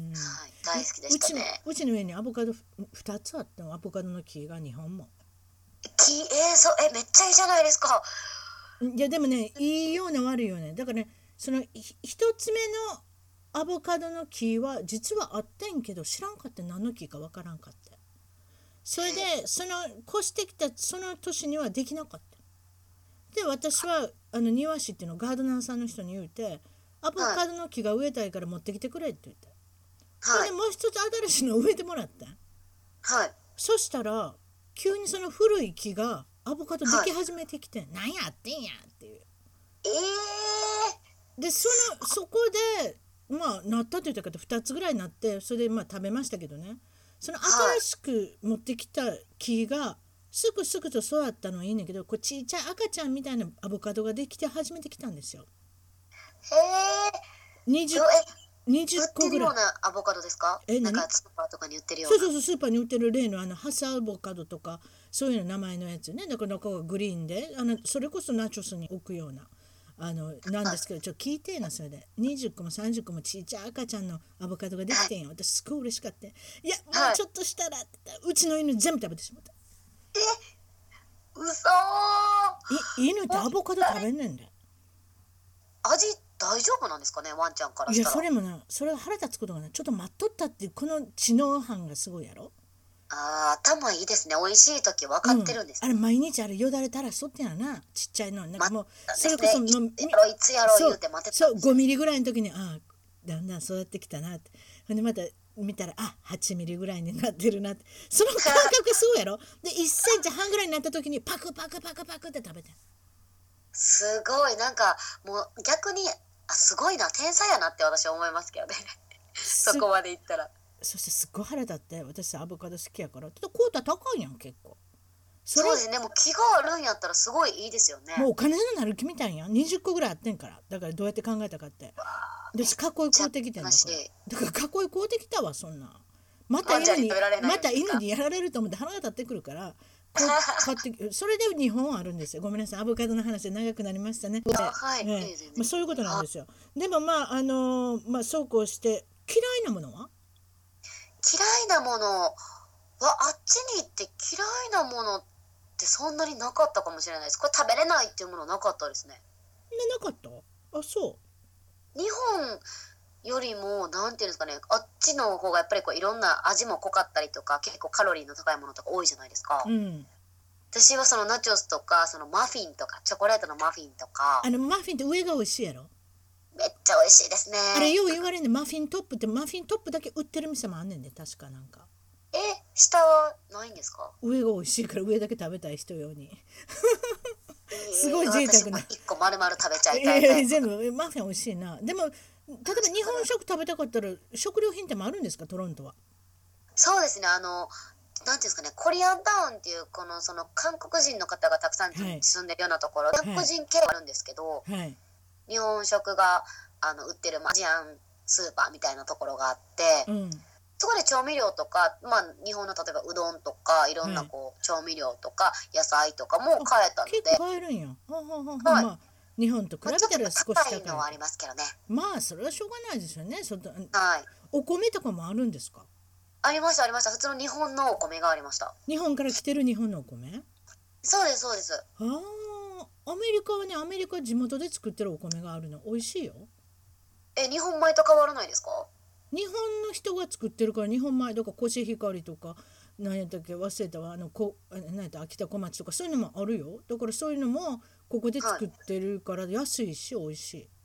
大好きでしたね。 うちの上にアボカド2つあったの。アボカドの木が2本も。 めっちゃいいじゃないですか。 いやでもね、いいような悪いよね。だからね、その一つ目のアボカドの木は実はあってんけど知らんかって何の木かわからんかって。それでその越してきたその年にはできなかった。で私は庭師っていうのガードナーさんの人に言うて、アボカドの木が植えたいから持ってきてくれって言って、それでもう一つ新しいのを植えてもらったん。 はい。 そしたら急にその古い木がアボカドでき始めてきて、なんやってんやっていう。でそこでなったって言ったけど2つぐらいになって、それで食べましたけどね。その新しく持ってきた木がすぐと育ったのはいいんだけど、こうちっちゃい赤ちゃんみたいなアボカドができて始めてきたんですよ。20個ぐらい。 売ってるようなアボカドですか？なんかスーパーとかに売ってるような。 そうスーパーに売ってる例のハスアボカドとかそういうの名前のやつね。だから中がグリーンでそれこそナチョスに置くようななんですけど、聞いてな。それで20個も30個もちっちゃい赤ちゃんのアボカドができてんよ。私すごい嬉しかった。いやもうちょっとしたらって言ったら、うちの犬全部食べてしまった。 嘘犬ってアボカド食べんねんで。 味大丈夫なんですかね、ワンちゃんからいやしたら。 それもな、それが腹立つことがね、ちょっと待っとったっていうこの知能犯がすごいやろ。 頭いいですね。美味しい時分かってるんです、 あれ毎日よだれ垂らしとってんやな、ちっちゃいの。なんかもうそれこそいつやろう言うて待ってたんです。 そう5ミリぐらいの時にだんだん育ってきたなって。ほんでまた見たら8ミリぐらいになってるなって、その感覚すごいやろ。で1センチ半ぐらいになった時にパクパクパクパクって食べてん。 すごい、なんかもう逆にすごいな、天才やなって私は思いますけどねそこまでいったら。 そしてすっごい腹立って、私アボカド好きやからちょっとコータ高いやん結構。 それそうですね。でも気があるんやったらすごいいいですよね。 もうお金のなる気みたいやん。20個ぐらいあってんから。だからどうやって考えたかって。で囲い買うてきてんだから。だから囲い買うてきたわそんな。また犬にまた犬にやられると思って腹が立ってくるから。買ってそれで日本あるんですよ。ごめんなさい、アボカドの話で長くなりましたね。 はい、 まあ、そういうことなんですよ。でもまあまあそうこうして嫌いなものは嫌いなものはあっちに行って嫌いなものってそんなになかったかもしれないです。これ食べれないっていうものなかったですね。 なかった。あ、そ日本よりもなんていうんですかね、あっちの方がやっぱりこういろんな味も濃かったりとか結構カロリーの高いものとか多いじゃないですか。 う。うん。 私はそのナチョスとかそのマフィンとかチョコレートのマフィンとかマフィンって上が美味しいやろ。 めっちゃ美味しいですね。 あれよう言われんね。マフィントップってマフィントップだけ売ってる店もあんねんで、確かなんか。 下はないんですか？ 上が美味しいから上だけ食べたい人用に。すごい贅沢な。 私も1個丸々食べちゃいたいタイプ。 全部マフィン美味しいな。でも例えば日本食食べたかったら食料品店もあるんですか、トロントは。 そうですね。なんていうんですかね、コリアンタウンっていうその韓国人の方がたくさん住んでるようなところ、韓国人系があるんですけど、 はい、 日本食が売ってるアジアンスーパーみたいなところがあって、 うん、 そこで調味料とか、まあ、日本の例えばうどんとかいろんな調味料とか野菜とかも買えたので、 結構買えるんや。まあ日本と比べたら少し高いのはありますけどね。 まあそれはしょうがないですよね。 はい。 お米とかもあるんですか？ ありましたありました。普通の日本のお米がありました。 日本から来てる日本のお米？ そうですそうです。 ああ、アメリカはね、アメリカ地元で作ってるお米があるの美味しいよ。 日本米と変わらないですか？ 日本の人が作ってるから日本米とかコシヒカリとか何やったっけ忘れたわ、何やった秋田小町とかそういうのもあるよ。だからそういうのもここで作ってるから安いし美味しい。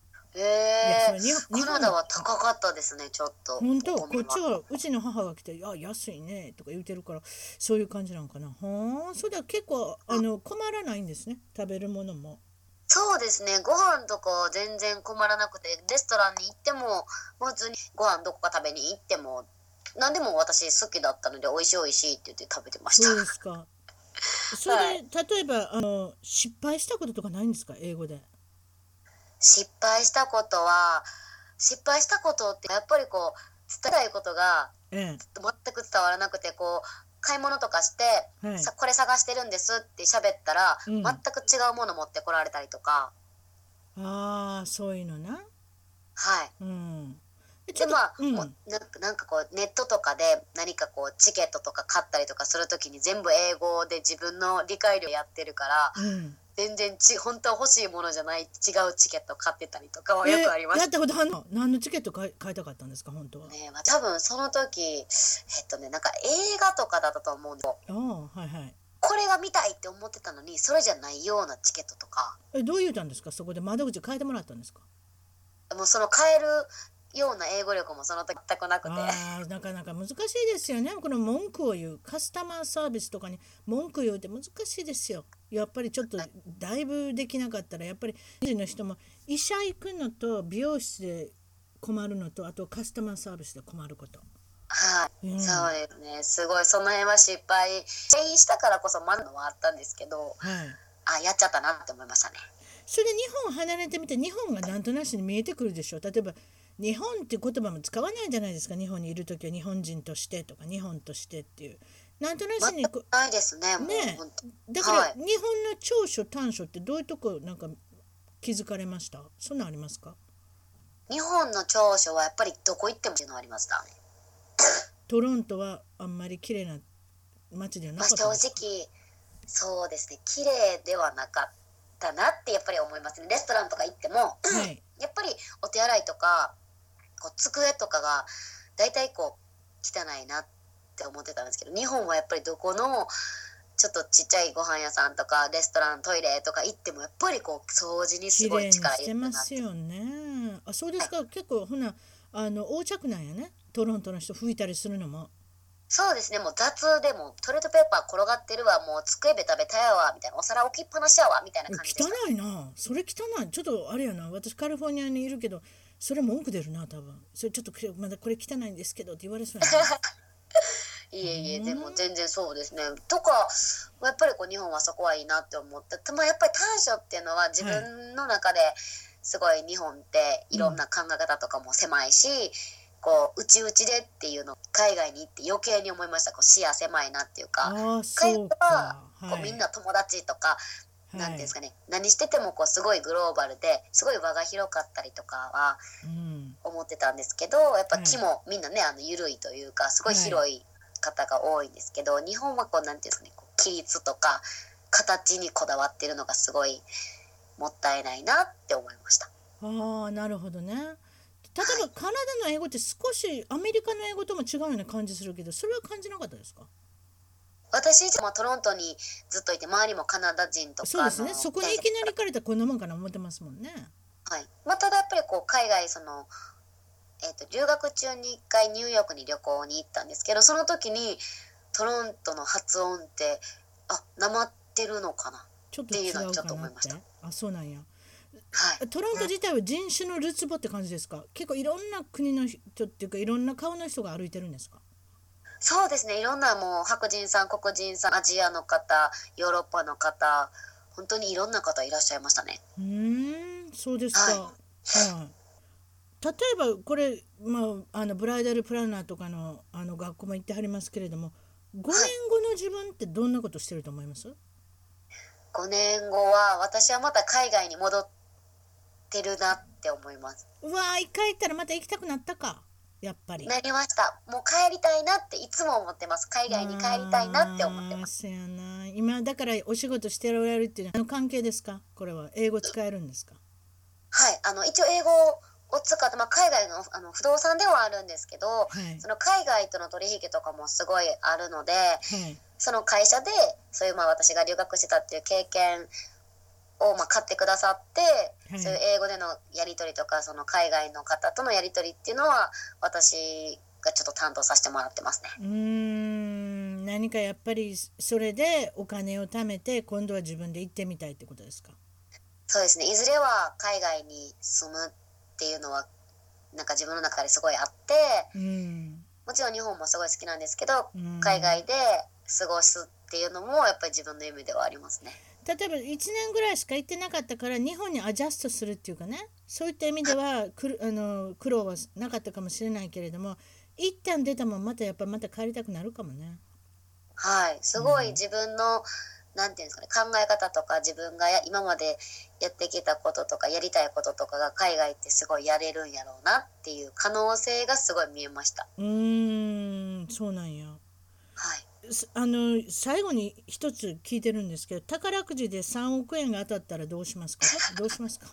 カナダは高かったですね、ちょっと。 本当、こっちはうちの母が来て「あ、安いね」とか言うてるからそういう感じなんかな。はあ、それは結構困らないんですね、食べるものも。 そうですね、ご飯とか全然困らなくて、レストランに行っても普通にご飯どこか食べに行っても何でも私好きだったので美味しい美味しいって言って食べてました。 そうですか。それで、はい、例えば失敗したこととかないんですか、英語で。 失敗したことってやっぱりこう伝えたいことが全く伝わらなくて、こう買い物とかして、はい、これ探してるんですって喋ったら、全く違うもの持ってこられたりとか。 ああ、そういうのな。 はい。 うん。 でまあ、なんかこうネットとかで何かこうチケットとか買ったりとかするときに全部英語で自分の理解量やってるから、全然本当は欲しいものじゃない違うチケット買ってたりとかはよくありました。 やったことあるの？何のチケット買いたかったんですか、本当は。 ね、多分その時なんか映画とかだったと思うんですよ。 はいはい。 これが見たいって思ってたのにそれじゃないようなチケットとか。 どう言うたんですか、そこで窓口変えてもらったんですか？ もうその変えるような英語力もその時全くなくて、 なかなか難しいですよね。この文句を言うカスタマーサービスとかに文句言うって難しいですよ。やっぱりちょっとだいぶできなかったらやっぱりの人も医者行くのと美容室で困るのと、あとカスタマーサービスで困ること。 はい、そうですね。すごいその辺は失敗したからこそ学ぶのはあったんですけど、やっちゃったなって思いましたね。 それで日本離れてみて日本がなんとなしに見えてくるでしょ。例えば日本っていう言葉も使わないじゃないですか。日本にいるときは日本人としてとか日本としてっていうなんとなしにないですね。 だから、日本の長所短所ってどういうとこなんか気づかれました？そんなありますか？ 日本の長所はやっぱりどこ行ってもっていうのはありましたね。 トロントはあんまり綺麗な街ではなかったですか？ 正直そうですね、綺麗ではなかったなってやっぱり思いますね。レストランとか行っても、やっぱりお手洗いとかこう机とかがだいたいこう汚いなって思ってたんですけど、日本はやっぱりどこのちょっとちっちゃいご飯屋さんとかレストラントイレとか行ってもやっぱりこう掃除にすごい力入れてますよね。あ、そうですか。結構ほな横着なんやね、トロントの人拭いたりするのも。 そうですね、もう雑でもトイレットペーパー転がってるわ、もう机ベタベタやわみたいな、お皿置きっぱなしやわみたいな感じでした。 汚いな、それ汚い。ちょっとあれやな、私カリフォルニアにいるけどそれ文句出るな多分。それちょっとまだこれ汚いんですけどって言われそうやな。 いえいえ、でもん全然そうですね。とか、やっぱりこう日本はそこはいいなって思って、まあ、やっぱり短所っていうのは自はい。 分の中ですごい日本っていろんうん。 な考え方とかも狭いし、こう内々でっていうのを海外に行って余計に思いました。こう視野狭いなっていうか、 ああ、 海そう外はか。 こうみんはい。 な友達とか、なんていうんではい。 すかね、何しててもこうすごいグローバルですごい輪が広かったりとかはうん。 思ってたんですけど、やっぱはい。 気もみんなね、緩いというかすごいはい。 広い方が多いんですけど、日本はこうなんていうんですかね、こう規律とか形にこだわってるのがすごいもったいないなって思いました。 ああ、なるほどね。例えはい。 ばカナダの英語って少しアメリカの英語とも違うような感じするけど、それは感じなかったですか？ 私自身もトロントにずっといて、周りもカナダ人とそうですね。 かのそこにいきなり行かれたらこんなもんかな思ってますもんね。 はい。まあ、ただやっぱりこう海外留学中に一回ニューヨークに旅行に行ったんですけど、その時にトロントの発音ってなまってるのかなっちょっとていうのにちょっ違うかと思いました。 なって。あ、そうなんや。 はい。 トロント自体は人種のるつぼって感じですか？結構いろんな国の人っていうかいろんな顔の人が歩いてるんですか？ そうですね。いろんなもう白人さん、黒人さん、アジアの方、ヨーロッパの方、本当にいろんな方いらっしゃいましたね。 うーん、そうですか。 はい。 はい。例えばこれ、ブライダルプランナーとかの、学校も行ってはりますけれども、5 はい。 年後の自分ってどんなことしてると思います？ 5年後は私はまた海外に戻ってるなって思います。 うわー、一回行ったらまた行きたくなったか、やっぱり。 なりました。もう帰りたいなっていつも思ってます。海外に帰りたいなって思ってます。 そやな。今だからお仕事しておられるっていうのは関係ですか？これは英語使えるんですか？ はい、一応英語を使って、まあ、海外の、不動産ではあるんですけど、 はい。 その海外との取引とかもすごいあるので、 はい。 その会社でそういうまあ私が留学してたっていう経験をまあ買ってくださって、そういうはい。 英語でのやり取りとかその海外の方とのやり取りっていうのは私がちょっと担当させてもらってますね。 何かやっぱりそれでお金を貯めて今度は自分で行ってみたいってことですか？ そうですね。いずれは海外に住むっていうのはなんか自分の中ですごいあって、 うん。 もちろん日本もすごい好きなんですけど、 うん。 海外で過ごすっていうのもやっぱり自分の夢ではありますね。 例えば1年ぐらいしか行ってなかったから日本にアジャストするっていうかね、そういった意味では苦労はなかったかもしれないけれども、一旦出たもんまたやっぱまた帰りたくなるかもね。 はい。すごいうん。 自分の、なんていうんですかね、考え方とか自分が今までやってきたこととかやりたいこととかが海外ってすごいやれるんやろうなっていう可能性がすごい見えました。 そうなんや。 はい。 最後に一つ聞いてるんですけど、宝くじで3億円が当たったらどうしますか？どうしますか？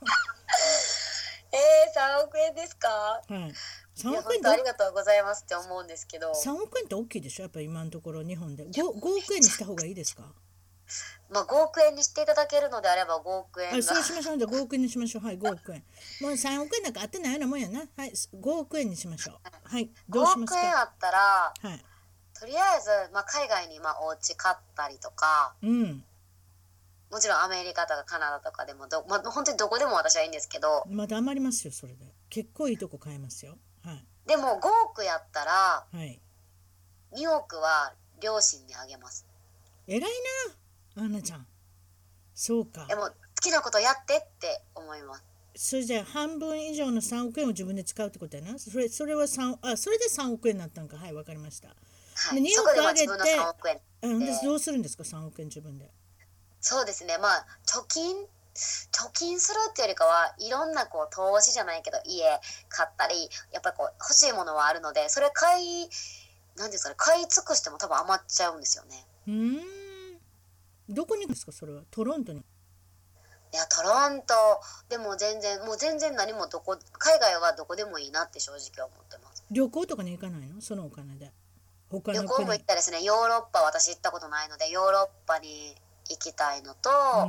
3億円ですか？ はい。3 いや、 億円って本当ありがとうございますって思うんですけど、 3億円って大きいでしょ？やっぱり今のところ日本で5億円にした方がいいですか？ まあ5億円にしていただけるのであれば5億円がそうしましょう。じゃあ5億円にしましょう。はい、5億円。もう3億円なんか当てないようなもんやな。はい、5億円にしましょう。はい、どうし 5 ますか？ 億円あったら、 はい。 とりあえず、まあ、海外にまあお家買ったりとか、 うん。 もちろんアメリカとかカナダとかでもまあ、本当にどこでも私はいいんですけど、 まだ余りますよ、それで。結構いいとこ買えますよ。はい。 でも5億やったらはい。 2億は両親にあげます。 偉いな、アンナちゃん。そうか。 でも好きなことやってって思います。 それじゃあ半分以上の3億円を自分で使うってことやな。それはそれで3億円になったんか。はい、わかりました。で、 はい。 2 そこで億あまあ自分の3 げて、 億円で、 で、 どうするんですか？ 3 億円自分で。 そうですね。まあ貯金するっていうよりかはいろんなこう投資じゃないけど家買ったり、やっぱりこう欲しいものはあるので、それなんですかね、買い尽くしても多分余っちゃうんですよね。 うーん。どこに行くんですか？それは。トロントに。 いや、トロント、でももう全然何も海外はどこでもいいなって正直思ってます。 旅行とかに行かないの？そのお金で。他旅行も行っの国。 たですね、ヨーロッパ私行ったことないので、ヨーロッパに行きたいのと、 うん。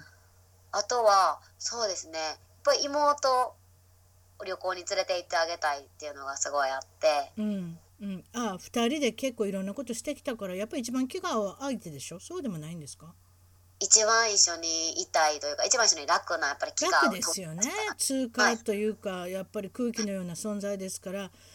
あとは、そうですね、やっぱり妹を旅行に連れて行ってあげたいっていうのがすごいあって、 うん。うん。2人で結構いろんなことしてきたから、やっぱり一番気が合う相手でしょ？そうでもないんですか？ 一番一緒にいたいというか、一番一緒に楽な、やっぱり気が楽合う友ですよね。 達かな。 通はい。 過というか、やっぱり空気のような存在ですから、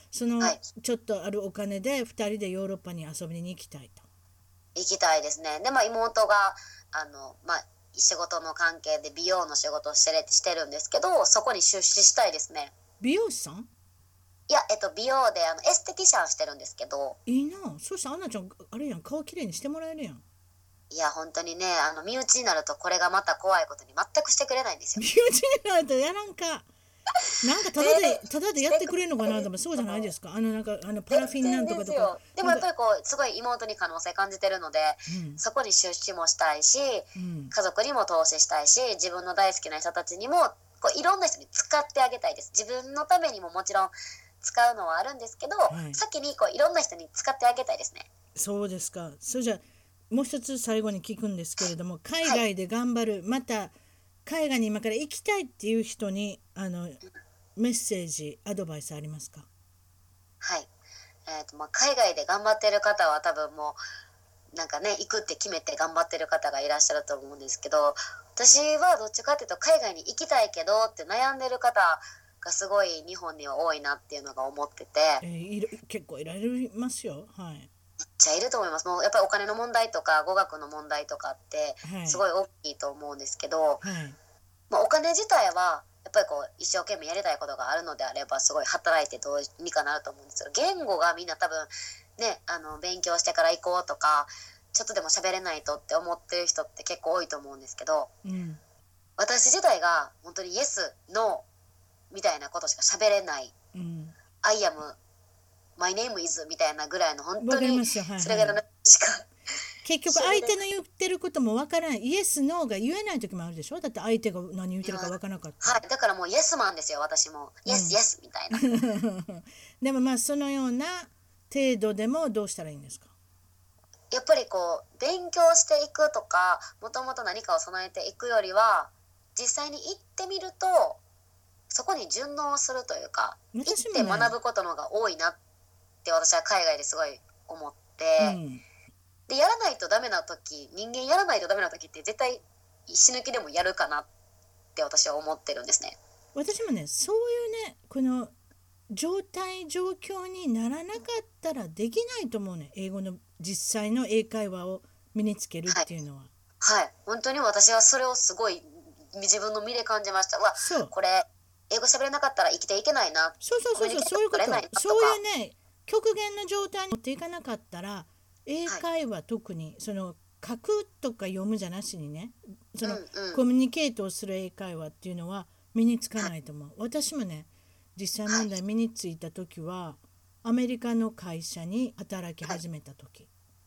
そのはい、 ちょっとあるお金で2人でヨーロッパに遊びに行きたいと。 行きたいですね。で、妹が仕事の関係で美容の仕事をしてるんですけど、そこに出資したいですね。 美容師さん？ いや、美容でエステティシャンしてるんですけど、 いいな。そしたらアンナちゃんあれやん、顔きれいにしてもらえるやん。 いや本当にね、身内になるとこれがまた怖いことに全くしてくれないんですよ。 身内になるとやらんか。なんかただでやってくれるのかなと思そうじゃないですか。なんかパラフィンなんとかとか。 でもやっぱりこうすごい妹に可能性感じてるので、 うんそこに出資もしたいし、 うん、 家族にも投資したいし、自分の大好きな人たちにもこういろんな人に使ってあげたいです。自分のためにももちろん使うのはあるんですけど、 はい先にこういろんな人に使ってあげたいですね。 そうですか。それじゃあもう一つ最後に聞くんですけれども、海外で頑張る、また海外に今から行きたいっていう人にメッセージアドバイスありますか？ はい、海外で頑張ってる方は多分もうなんかね、行くって決めて頑張ってる方がいらっしゃると思うんですけど、私はどっちかっていうと海外に行きたいけどって悩んでる方がすごい日本には多いなっていうのが思ってて、 結構いられますよ。はい。 めっちゃいると思います。もうやっぱりお金の問題とか語学の問題とかってはいすごい大きいと思うんですけど、 はいお金自体はやっぱりこう一生懸命やりたいことがあるのであればすごい働いてどうにかなると思うんですけど、言語がみんな多分ね、勉強してから行こうとかちょっとでも喋れないとって思ってる人って結構多いと思うんですけど、 うん、 私自体が本当にイエスノーみたいなことしか喋れない、 うん、 I am my name is みたいなぐらいの本当わかりにますよ。はいはい、 それぐらいのしか結局相手の言ってることもわからない、イエスノーが言えない時もあるでしょ。だって相手が何言ってるかわからなかった。 はい、だからもうイエスマンですよ私も。イエスイエスみたいな。 でもまあそのような程度でもどうしたらいいんですか？ やっぱりこう勉強していくとかもともと何かを備えていくよりは実際に行ってみるとそこに順応するというか、行って学ぶことの方が多いなって私は海外ですごい思って、でやらないとダメな時、人間やらないとダメな時って絶対死ぬ気でもやるかなって私は思ってるんですね。 私もね、そういうね、この状況にならなかったらできないと思うね。英語の実際の英会話を身につけるっていうのは。 はい、本当に私はそれをすごい自分の身で感じました。これ英語喋れなかったら生きていけないな。 そういうこと。そういうね、極限の状態に持っていかなかったら、英会話特にその書くとか読むじゃなしにね、そのコミュニケートをする英会話っていうのは身につかないと思う。私もね、実際問題身についた時は、アメリカの会社に働き始めた時。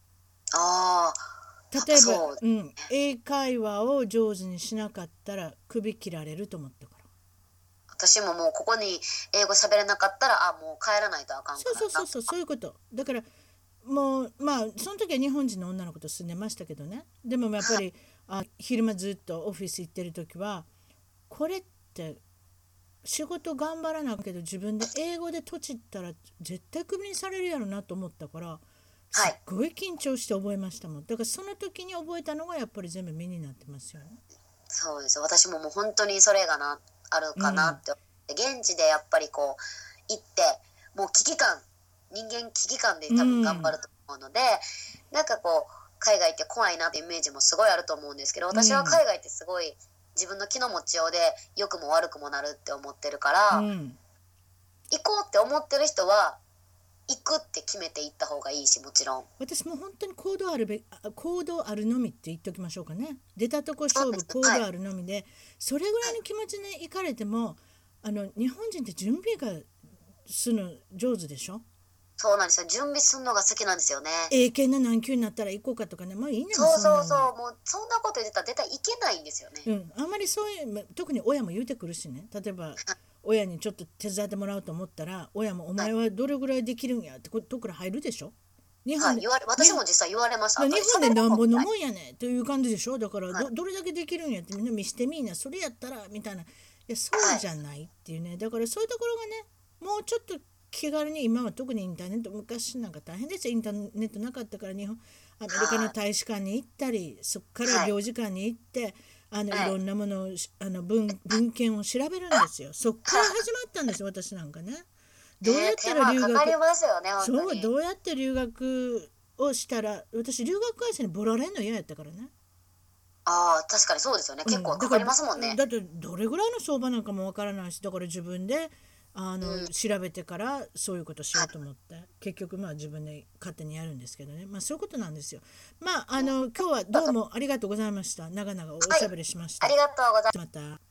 例えば、英会話を上手にしなかったら首切られると思ったから。 私ももうここに英語喋れなかったらもう帰らないとあかんからな。 そういうこと。だからもうまあその時は日本人の女の子と住んでましたけどね。でもやっぱり、昼間ずっとオフィス行ってる時はこれって仕事頑張らなけど自分で英語でとちったら絶対クビにされるやろなと思ったからすっごい緊張して覚えましたもん。だからその時に覚えたのがやっぱり全部身になってますよね。 そうです。私ももう本当にそれがあるかなって思って、現地でやっぱりこう行ってもう人間危機感で多分頑張ると思うので、なんかこう海外って怖いなってイメージもすごいあると思うんですけど、私は海外ってすごい自分の気の持ちようで良くも悪くもなるって思ってるから、行こうって思ってる人は行くって決めて行った方がいいし、もちろん私も本当に行動あるのみって言っておきましょうかね。出たとこ勝負行動あるのみで、それぐらいの気持ちで行かれても日本人って準備がするの上手でしょ。 そうなんですよ。準備するのが好きなんですよね。 英検の何級になったら行こうかとかね、もういいね。 そうもうそんなこと言ってたら絶対行けないんですよね。 あんまりそういう特に親も言うてくるしね。例えば親にちょっと手伝ってもらおうと思ったら親もお前はどれぐらいできるんやってところ入るでしょ。 日本で、私も実際言われました。 日本でなんぼのもんやねという感じでしょ。だから どれだけできるんやってみんな見してみんなそれやったらみたいな。いやそうじゃないっていうね。だからそういうところがね、もうちょっと気軽に、今は特にインターネット、昔なんか大変ですよ。インターネットなかったからアメリカの大使館に行ったり、そこから領事館に行っていろんなものを文献を調べるんですよ。そこから始まったんですよ私なんかね。 どうやったら留学、 手間かかりますよね、本当そうに。 どうやって留学をしたら、私留学会社にボラれんの嫌やったからね。 ああ、確かにそうですよね。結構かかりますもんね。 だってどれぐらいの相場なんかもわからないし、だから自分でうん。 調べてからそういうことしようと思って、結局まあ自分で勝手にやるんですけどね。まあそういうことなんですよ。まあ今日はどうもありがとうございました。長々おしゃべりしました。 ありがとうございまた。 ます。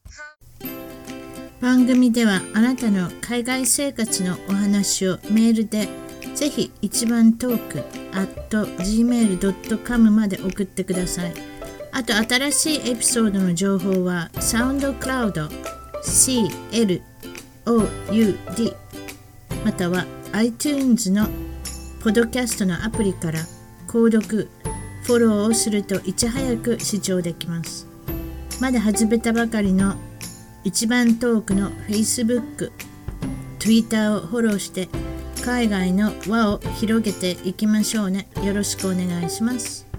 番組ではあなたの海外生活のお話をメールでぜひ一番トーク @gmail.com まで送ってください。あと新しいエピソードの情報はサウンドクラウド CLOUD または iTunes のポッドキャストのアプリから購読フォローをするといち早く視聴できます。まだ始めたばかりの一番トークの Facebook、Twitter をフォローして海外の輪を広げていきましょうね。よろしくお願いします。